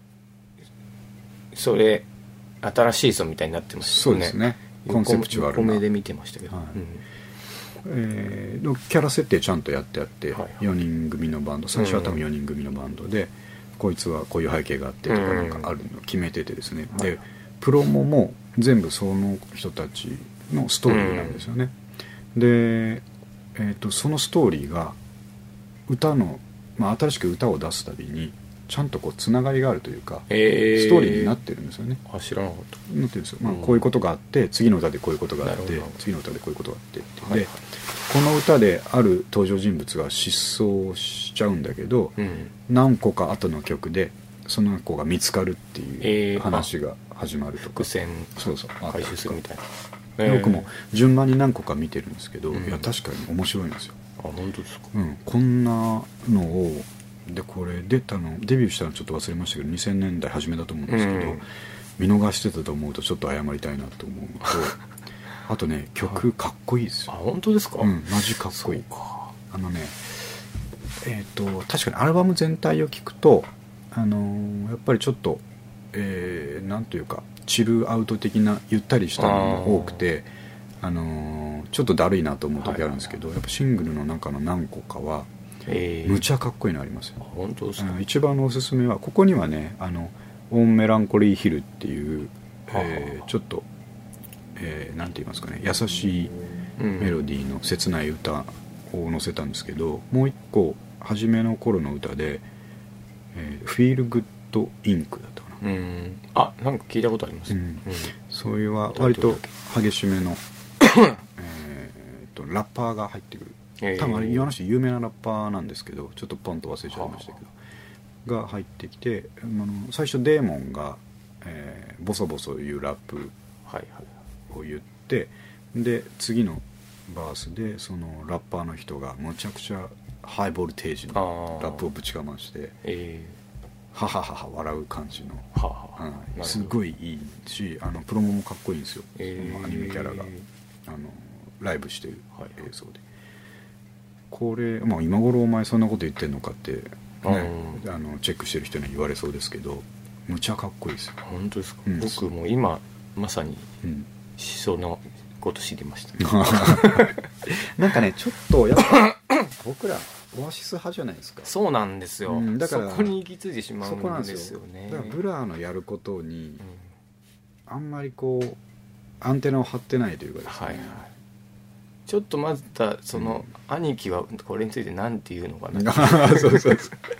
[SPEAKER 2] それ新しいぞみたいになってます
[SPEAKER 1] よね。そうですね、コンセプチュアルな
[SPEAKER 2] 横目で見てましたけど、はいうん
[SPEAKER 1] えー、キャラ設定ちゃんとやってあって、はいはい、よにん組のバンド、最初は多分よにん組のバンドで、うん、こいつはこういう背景があってとかなんかあるのを決めててですね、うん、でプロモも全部その人たちのストーリーなんですよね、うん、で、えーと、そのストーリーが歌の、まあ、新しく歌を出すたびにちゃんとこうつながりがあるというか、えー、ストーリーになってるんですよね。
[SPEAKER 2] あ知らなかった。
[SPEAKER 1] なってるんですよ、まあ、こういうことがあって次の歌でこういうことがあって次の歌でこういうことがあってって、はいはい、でこの歌である登場人物が失踪しちゃうんだけど、うん、何個か後の曲でその子が見つかるっていう話が始まるとか、
[SPEAKER 2] 伏線回収するみたいな、え
[SPEAKER 1] ー、僕も順番に何個か見てるんですけど、うん、いや確かに面白いんですよ。
[SPEAKER 2] あ本当ですか、
[SPEAKER 1] うん、こんなのをでこれ出たのデビューしたのちょっと忘れましたけどにせんねんだい初めだと思うんですけど、うん、見逃してたと思うとちょっと謝りたいなと思うのとあとね曲かっこいいですよ。
[SPEAKER 2] あ本当ですか。
[SPEAKER 1] うんマジかっこいい。あのねえっと確かにアルバム全体を聞くとあのー、やっぱりちょっと、えー、なんというかチルアウト的なゆったりしたのも多くてあ、あのー、ちょっとだるいなと思う時あるんですけど、はい、やっぱシングルの中の何個かは
[SPEAKER 2] えー、
[SPEAKER 1] むちゃかっこいいのありますよ。
[SPEAKER 2] 本当ですか。
[SPEAKER 1] 一番のおすすめはここにはねあのオンメランコリーヒルっていう、えー、ちょっと、えー、なんて言いますかね優しいメロディーの切ない歌を載せたんですけど、もう一個初めの頃の歌で、えー、フィールグッドインクだったかな。
[SPEAKER 2] うんあなんか聞いたことあります、うんうん、
[SPEAKER 1] そういうは割と激しめのえーとラッパーが入ってくる。多分あれ岩梨有名なラッパーなんですけどちょっとポンと忘れちゃいましたけどが入ってきてあの最初デーモンが、えー、ボソボソ言うラップを言って、はいはい、で次のバースでそのラッパーの人がむちゃくちゃハイボルテージのラップをぶちかまして、えー、はははは笑う感じの、ははうん、すごいいいしあのプロモもかっこいいんですよ、えー、アニメキャラがあのライブしてる映像で、これ、まあ、今頃お前そんなこと言ってんのかって、ね、あのチェックしてる人には言われそうですけどむちゃかっこいいですよ。
[SPEAKER 2] 本当ですか、うん、僕も今まさにそのこと知りました、ね、
[SPEAKER 1] なんかねちょっとやっぱ僕らオアシス派じゃないですか。
[SPEAKER 2] そうなんですよ、うん、だからそこに行き着いてしまうんですよね。
[SPEAKER 1] だからブラーのやることに、うん、あんまりこうアンテナを張ってないというかですね、はいはい、
[SPEAKER 2] ちょっとまたその、うん、兄貴はこれについて何て言うのかな
[SPEAKER 1] そうそうそう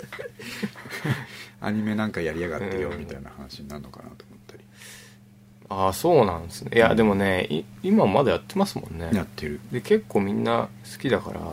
[SPEAKER 1] アニメなんかやりやがってよみたいな話になるのかなと思ったり、
[SPEAKER 2] うん、ああそうなんですね。いやでもね今まだやってますもんね。
[SPEAKER 1] やってる。
[SPEAKER 2] で結構みんな好きだから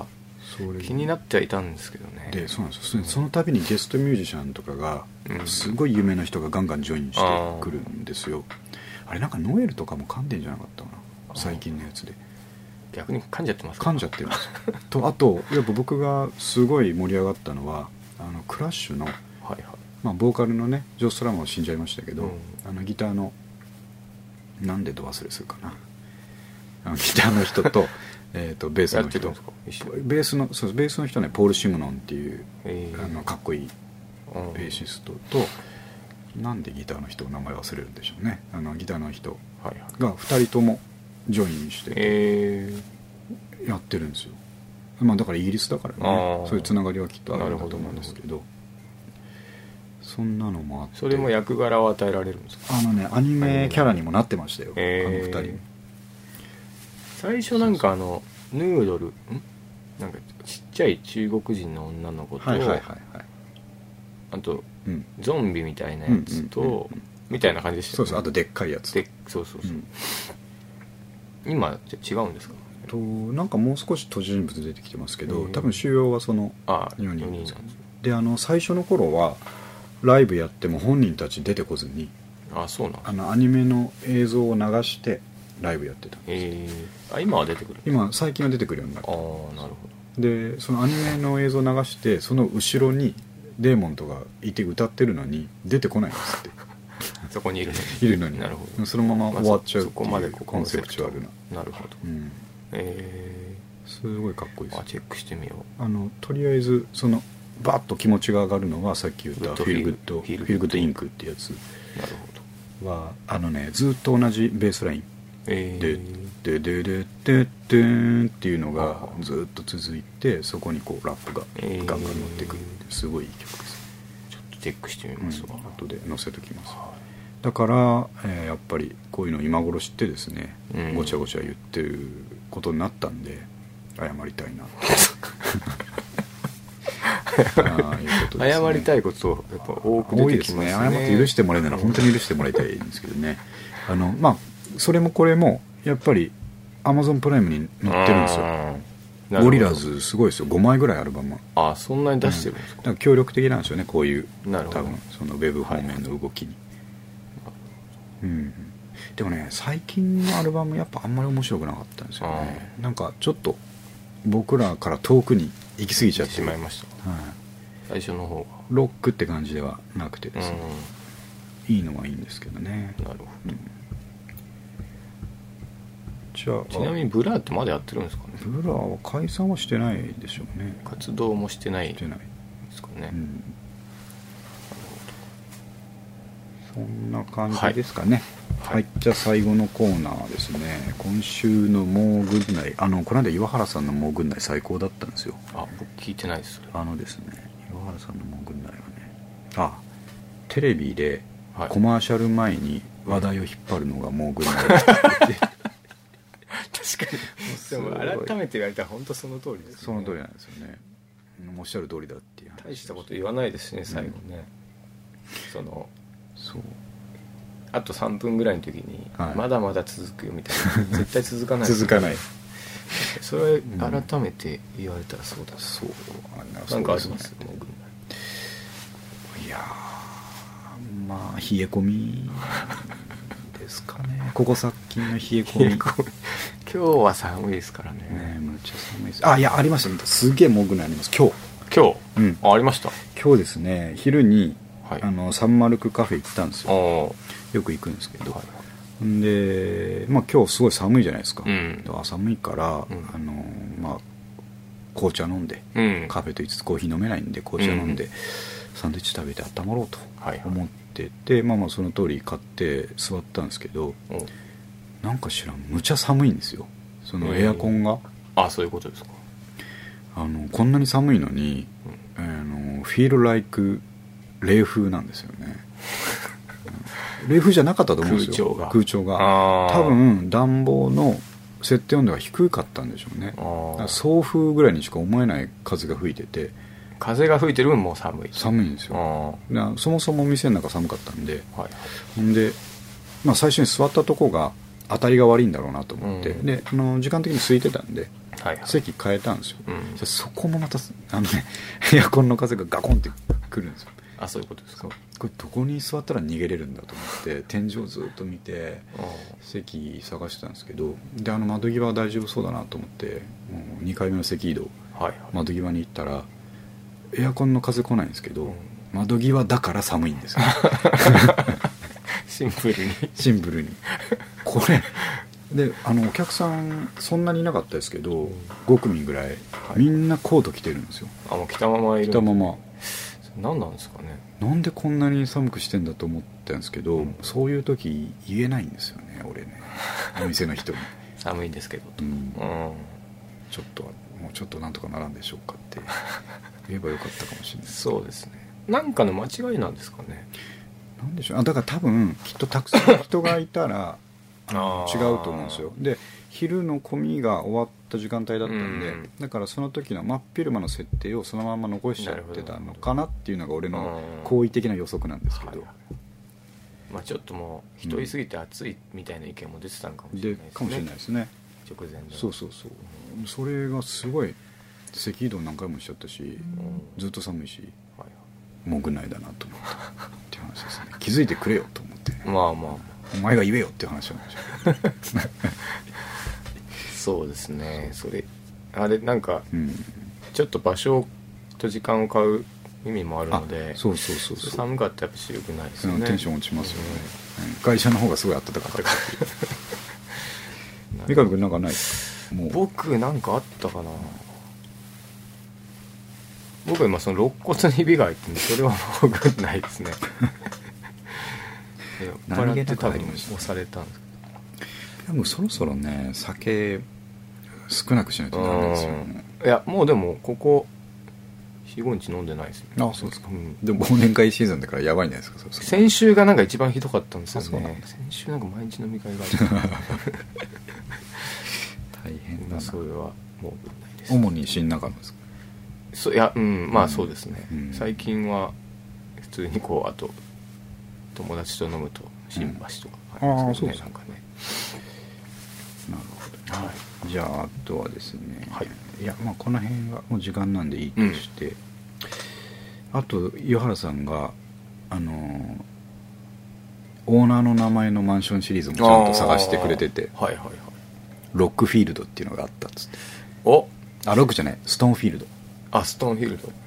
[SPEAKER 1] それ
[SPEAKER 2] 気になってはいたんですけどね。
[SPEAKER 1] でそうなんですよ、その度にゲストミュージシャンとかが、うん、すごい有名な人がガンガンジョインしてくるんですよ。 あ, あれなんかノエルとかも噛んでんじゃなかったかな、最近のやつで。
[SPEAKER 2] 逆に噛んじゃってますか？
[SPEAKER 1] 噛んじゃってるんですよとあとやっぱ僕がすごい盛り上がったのはあのクラッシュの、はいはい、まあ、ボーカルのねジョー・ストラマーは死んじゃいましたけど、うん、あのギターのなんでど忘れするかな、あのギターの人とえとベースの人、ベースのそうベースの人ねポール・シムノンっていう、えー、あのかっこいいベーシストと、なんでギターの人の名前忘れるんでしょうね、あのギターの人がふたりともジョインしてやってるんですよ。まあだからイギリスだからね、そういうつながりはきっとあるんだと思うんですけど、そんなのもあって。
[SPEAKER 2] それも役柄を与えられるんですか？
[SPEAKER 1] あのねアニメキャラにもなってましたよ、あのふたり。
[SPEAKER 2] 最初なんかあのヌードルんなんかちっちゃい中国人の女の子と、はいはいはいはい、あと、うん、ゾンビみたいなやつと、うんうんうんうん、みたいな感じでしたよね。
[SPEAKER 1] そうそう、あとでっかいやつ、
[SPEAKER 2] でそうそうそう、うん、今違うんですか？
[SPEAKER 1] となんかもう少し登場人物出てきてますけど、多分主要はそのよにんです。であの最初の頃はライブやっても本人たち出てこずに、
[SPEAKER 2] あそうなん
[SPEAKER 1] あのアニメの映像を流してライブやってたんです。
[SPEAKER 2] えー、あ今は出てくる？
[SPEAKER 1] 今最近は出てくるようになって。
[SPEAKER 2] ああなるほ
[SPEAKER 1] ど。でそのアニメの映像を流してその後ろにデーモンとかいて歌ってるのに出てこないんですって
[SPEAKER 2] そこにいるのに
[SPEAKER 1] いるのに
[SPEAKER 2] なるほど。
[SPEAKER 1] そのまま終わっちゃうっていう、
[SPEAKER 2] そこまで
[SPEAKER 1] コンセプチュアルな。
[SPEAKER 2] なるほど、
[SPEAKER 1] うん、
[SPEAKER 2] え
[SPEAKER 1] ー、すごいかっこいいです。
[SPEAKER 2] あチェックしてみよう。
[SPEAKER 1] あのとりあえずそのバッと気持ちが上がるのはさっき言ったフィールグッドフィールグッドインクってやつはあのねずっと同じベースライン、えー、ででででででんっていうのがずっと続いて、そこにこうラップがガンガン乗ってくるって、すごいいい曲です。
[SPEAKER 2] ちょっとチェックしてみますわ、
[SPEAKER 1] うん、後で載せときます。だから、えー、やっぱりこういうの今頃知ってですね、うん、ごちゃごちゃ言ってることになったんで謝りたいなあいうことですね、
[SPEAKER 2] 謝りたいことやっぱ多く出てきますね。
[SPEAKER 1] 謝って許してもらえるなら本当に許してもらいたいんですけどねあのまあそれもこれもやっぱり Amazon プライムに載ってるんですよ。ゴリラズすごいですよ、ごまいぐらいアルバム。
[SPEAKER 2] あそんなに出してるんですか、
[SPEAKER 1] うん、だから協力的なんですよね、こういう多分そのウェブ方面の動きに、はいうん、でもね最近のアルバムやっぱあんまり面白くなかったんですよね。なんかちょっと僕らから遠くに行き過ぎちゃって
[SPEAKER 2] しまいました、はい、最初の方が
[SPEAKER 1] ロックって感じではなくてですね、うん、いいのはいいんですけどね。
[SPEAKER 2] なるほど、うん、
[SPEAKER 1] じゃあ
[SPEAKER 2] ちなみにブラーってまだやってるんですかね。
[SPEAKER 1] ブラーは解散はしてないでしょうね。
[SPEAKER 2] 活動もしてない
[SPEAKER 1] してない
[SPEAKER 2] ですかね、
[SPEAKER 1] うん、そんな感じですかね。はい、はい、じゃあ最後のコーナーですね。今週のモーグンナイ、あのこの間岩原さんのモーグンナイ最高だったんですよ。
[SPEAKER 2] あ僕聞いてないです。
[SPEAKER 1] あのですね岩原さんのモーグンナイはね、あテレビでコマーシャル前に話題を引っ張るのがモーグンナイって言って確かにでも改めて言われたら本当その通りですね。その通りなんですよね。おっしゃる通りだっていう。
[SPEAKER 2] 大したこと言わないですね最後ね、うん、その
[SPEAKER 1] そう
[SPEAKER 2] あとさんぷんぐらいの時に、はい、まだまだ続くよみたいな絶対続かない
[SPEAKER 1] 続かない
[SPEAKER 2] それ改めて言われたらそうだ、うん、
[SPEAKER 1] そう
[SPEAKER 2] なんかあります、ね、
[SPEAKER 1] いやまあ冷え込みですかねここ最近の冷え込み
[SPEAKER 2] 今日は寒いですからね。
[SPEAKER 1] ねむっちゃ寒いです。あいやありましたすげえモグナイあります今日
[SPEAKER 2] 今日、
[SPEAKER 1] うん、
[SPEAKER 2] あ, ありました
[SPEAKER 1] 今日ですね。昼に、はい、あのサンマルクカフェ行ったんですよ。よく行くんですけど、はい、で、まあ、今日すごい寒いじゃないですか、うん、あ寒いから、うん、あのまあ、紅茶飲んで、うん、カフェと言いつつコーヒー飲めないんで紅茶飲んで、うん、サンドイッチ食べて温まろうと思ってて、はいはい、まあ、まあその通り買って座ったんですけど、うん、なんか知らんむちゃ寒いんですよそのエアコンが、
[SPEAKER 2] うん、あそういうことですか。
[SPEAKER 1] あのこんなに寒いのに、うん、あのフィールライク冷風なんですよね冷風じゃなかったと思うんですよ。空調が多分暖房の設定温度が低かったんでしょうね。送風ぐらいにしか思えない風が吹いてて、
[SPEAKER 2] 風が吹いてる分もう寒い
[SPEAKER 1] 寒いんですよ。そもそも店の中寒かったんで、はい、ほんで、まあ、最初に座ったとこが当たりが悪いんだろうなと思って、うん、であの時間的に空いてたんで、
[SPEAKER 2] はいはい、
[SPEAKER 1] 席変えたんですよ、
[SPEAKER 2] うん、
[SPEAKER 1] じゃそこもまたあの、ね、エアコンの風がガコンってくるんですよ。
[SPEAKER 2] あ、そういうことですか。
[SPEAKER 1] これどこに座ったら逃げれるんだと思って天井ずっと見て席探してたんですけど、であの窓際は大丈夫そうだなと思ってもうにかいめの席移動、はいはい、窓際に行ったらエアコンの風来ないんですけど、うん、窓際だから寒いんですよ
[SPEAKER 2] シンプルに
[SPEAKER 1] シンプルにこれであのお客さんそんなにいなかったですけど、うん、ご組ぐらい、はい、みんなコート着てるんですよ。
[SPEAKER 2] あ、もう着たままいる。
[SPEAKER 1] 着たまま。
[SPEAKER 2] 何なんですかね。
[SPEAKER 1] なんでこんなに寒くしてんだと思ったんですけど、うん、そういう時言えないんですよね俺ねお店の人に
[SPEAKER 2] 寒いんですけどと、うんうん、
[SPEAKER 1] ちょっともうちょっとなんとかならんでしょうかって言えばよかったかもしれない。
[SPEAKER 2] そうですね。なんかの間違いなんですかね。
[SPEAKER 1] なんでしょう。あ、だから多分きっとたくさん人がいたら違うと思うんですよ。で昼の混みが終わった時間帯だったんで、うん、だからその時の真っ昼間の設定をそのまま残しちゃってたのかなっていうのが俺の好意的な予測なんですけど、うんはい、
[SPEAKER 2] まあ、ちょっともう人いすぎて暑いみたいな意見も出てたのかもしれないですね。
[SPEAKER 1] でかもしれないですね。
[SPEAKER 2] 直前で。
[SPEAKER 1] そうそうそう、うん、それがすごい席移動何回もしちゃったし、うん、ずっと寒いし、はい、潜んないだなと思ったっていう話ですね。気づいてくれよと思って、ね、
[SPEAKER 2] まあまあ、まあ、
[SPEAKER 1] お前が言えよっていう話なんでしょう
[SPEAKER 2] そうですね。それあれなんか、うん、ちょっと場所と時間を買う意味もあるので、
[SPEAKER 1] そうそうそうそう、
[SPEAKER 2] 寒かったらやっぱ良くないですよね、
[SPEAKER 1] うん、テンション落ちますよね、うん、会社の方がすごい暖かかった三上君なんかないですか。もう
[SPEAKER 2] 僕なんかあったかな。僕は今その肋骨にひびが入ってるんでそれは僕ないですね
[SPEAKER 1] 何気なく
[SPEAKER 2] 多分押されたんですけど、
[SPEAKER 1] でもそろそろね酒少なくしないとダメですよね。
[SPEAKER 2] いやもうでもここ よん,ご 日飲んでないですね。
[SPEAKER 1] あ、そうですか、うん、でも忘年会シーズンだからやばいんじゃないですか。そろそろ
[SPEAKER 2] 先週がなんか一番ひどかったんですよね。先週なんか毎日飲み会があって大変だな。それはもうないです。
[SPEAKER 1] 主に新中野ですか。
[SPEAKER 2] そう、いや、うんまあそうですね、うんうん、最近は普通にこうあと友達と飲むと新橋とかありますけどね、うん、なんかね。
[SPEAKER 1] なるほど、はい、じゃああとはですね、はい、いやまあこの辺はもう時間なんでいいとして、うん、あと岩原さんがあのー、オーナーの名前のマンションシリーズもちゃんと探してくれてて、
[SPEAKER 2] はいはいはい、
[SPEAKER 1] ロックフィールドっていうのがあったっつって。
[SPEAKER 2] お
[SPEAKER 1] あ、ロックじゃない、ストーンフィールド。
[SPEAKER 2] あ、ストーンフィールド、うん、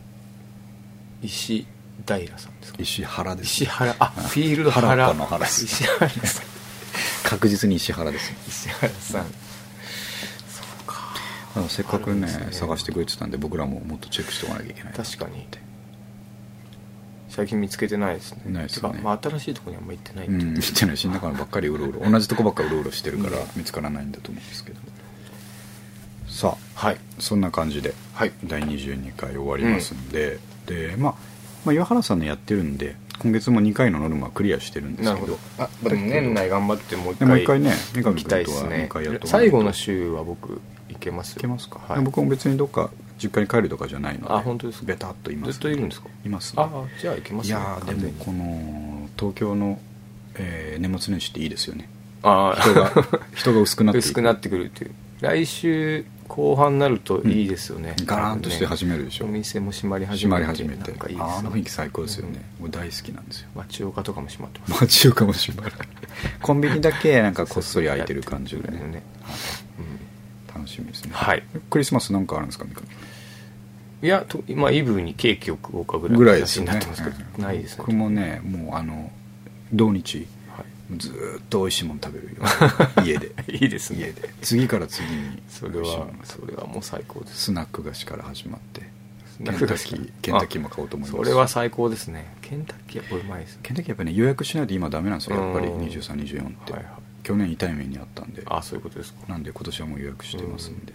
[SPEAKER 2] 石平さんですか。
[SPEAKER 1] 石原です、ね、
[SPEAKER 2] 石原、あ、フィールド原
[SPEAKER 1] 原の原です
[SPEAKER 2] 石原さん
[SPEAKER 1] 確実に石原です、ね、
[SPEAKER 2] 石原さん、うん、そうか。
[SPEAKER 1] あのせっかく ね, ね探してくれてたんで僕らももっとチェックしておかなきゃいけない。
[SPEAKER 2] 確かに最近見つけてないですね。
[SPEAKER 1] ないですね。
[SPEAKER 2] てか、まあ、新しいところにあんま行ってないって、
[SPEAKER 1] うん、行ってない。新中野ばっかりうろうろ同じとこばっかりうろうろしてるから見つからないんだと思うんですけど、うん、さあ、はい、そんな感じで、はい、だいにじゅうにかい終わりますんで、うん、で、まあ、まあ岩原さんのやってるんで今月もにかいのノルマクリアしてるんですけど。なるほど。あ、
[SPEAKER 2] でも年内頑張ってもう一回
[SPEAKER 1] もう一回ね三上君とはにかいやってもらうと、
[SPEAKER 2] 最後の週は僕行けますよ。
[SPEAKER 1] 行けますか、はい、僕も別にどっか実家に帰るとかじゃないので。
[SPEAKER 2] あ、本当ですか。
[SPEAKER 1] ベタっといます、ね、
[SPEAKER 2] ずっといるんですか。
[SPEAKER 1] いますね。
[SPEAKER 2] あ、じゃあ行けますね。
[SPEAKER 1] いやでもこの東京の、えー、年末年始っていいですよね。
[SPEAKER 2] あ
[SPEAKER 1] 人が人が薄くなって
[SPEAKER 2] 薄くなってくるっていう。来週後半になるといいですよね、
[SPEAKER 1] うん、ガランとして始めるでしょ、
[SPEAKER 2] ね、お店も閉まり始めて、
[SPEAKER 1] 閉まり始めて、
[SPEAKER 2] なんかいいですね、
[SPEAKER 1] あの雰囲気最高ですよね、うん、もう大好きなんですよ。
[SPEAKER 2] 町岡とかも閉まってます。
[SPEAKER 1] 町岡も閉まるコンビニだけなんかこっそり開いてる感じでね、ね、はい、うん、楽しみですね。はい。クリスマスなんかあるんですか。
[SPEAKER 2] いやと、まあ、イブにケーキを食おうかぐらいの話になってますけど、
[SPEAKER 1] うん、
[SPEAKER 2] ないですね。
[SPEAKER 1] 僕もねもうあの土日ずーっと美味しいもの食べるよ家で
[SPEAKER 2] いいですね。
[SPEAKER 1] 家で次から次に
[SPEAKER 2] それはそれはもう最高です。
[SPEAKER 1] スナック菓子から始まってケンタッキーケンタッキーも買おうと思います。
[SPEAKER 2] それは最高ですね。ケンタッキーやっぱうまいですね。
[SPEAKER 1] ケンタッキーやっぱね予約しないと今ダメなんですよやっぱりにじゅうさん、にじゅうよんって、はいはい、去年痛い目にあったんで。
[SPEAKER 2] あ、そういうことですか。
[SPEAKER 1] なんで今年はもう予約してますんで、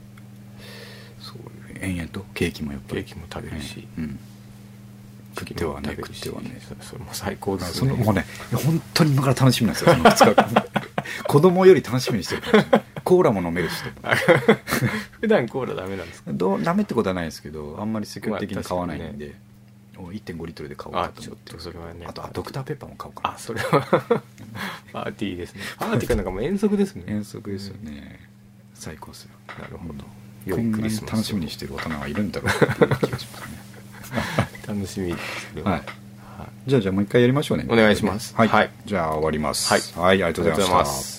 [SPEAKER 1] そういう延々とケーキもやっぱり
[SPEAKER 2] ケーキも食べるし、
[SPEAKER 1] うん、食ってはね食ってはね、
[SPEAKER 2] それも最高ですね。
[SPEAKER 1] そのもうね本当に今から楽しみなんですよそのふつかかん子供より楽しみにしてるかもしれないコーラも飲めるし
[SPEAKER 2] 普段コーラダメなんですか。
[SPEAKER 1] どうダメってことはないですけどあんまり積極的に買わないんで、まあね、いってんごリットルで買おうかと思って。
[SPEAKER 2] あ, それは、ね、
[SPEAKER 1] あとはドクターペッパーも買おうかな。
[SPEAKER 2] あ、それはパーティーですね。パーティーかなんかもう遠足ですね。
[SPEAKER 1] 遠足ですよね、 最高ですよ。
[SPEAKER 2] なるほど、
[SPEAKER 1] うん、良いクリスマスを楽しみにしてる大人はいるんだろうっていう気がしますね
[SPEAKER 2] 楽しみです
[SPEAKER 1] はい、はい、じゃあじゃあもう一回やりましょうね。
[SPEAKER 2] お願いします。
[SPEAKER 1] はい、はい、じゃあ終わります。
[SPEAKER 2] はい、
[SPEAKER 1] はい、ありがとうございました。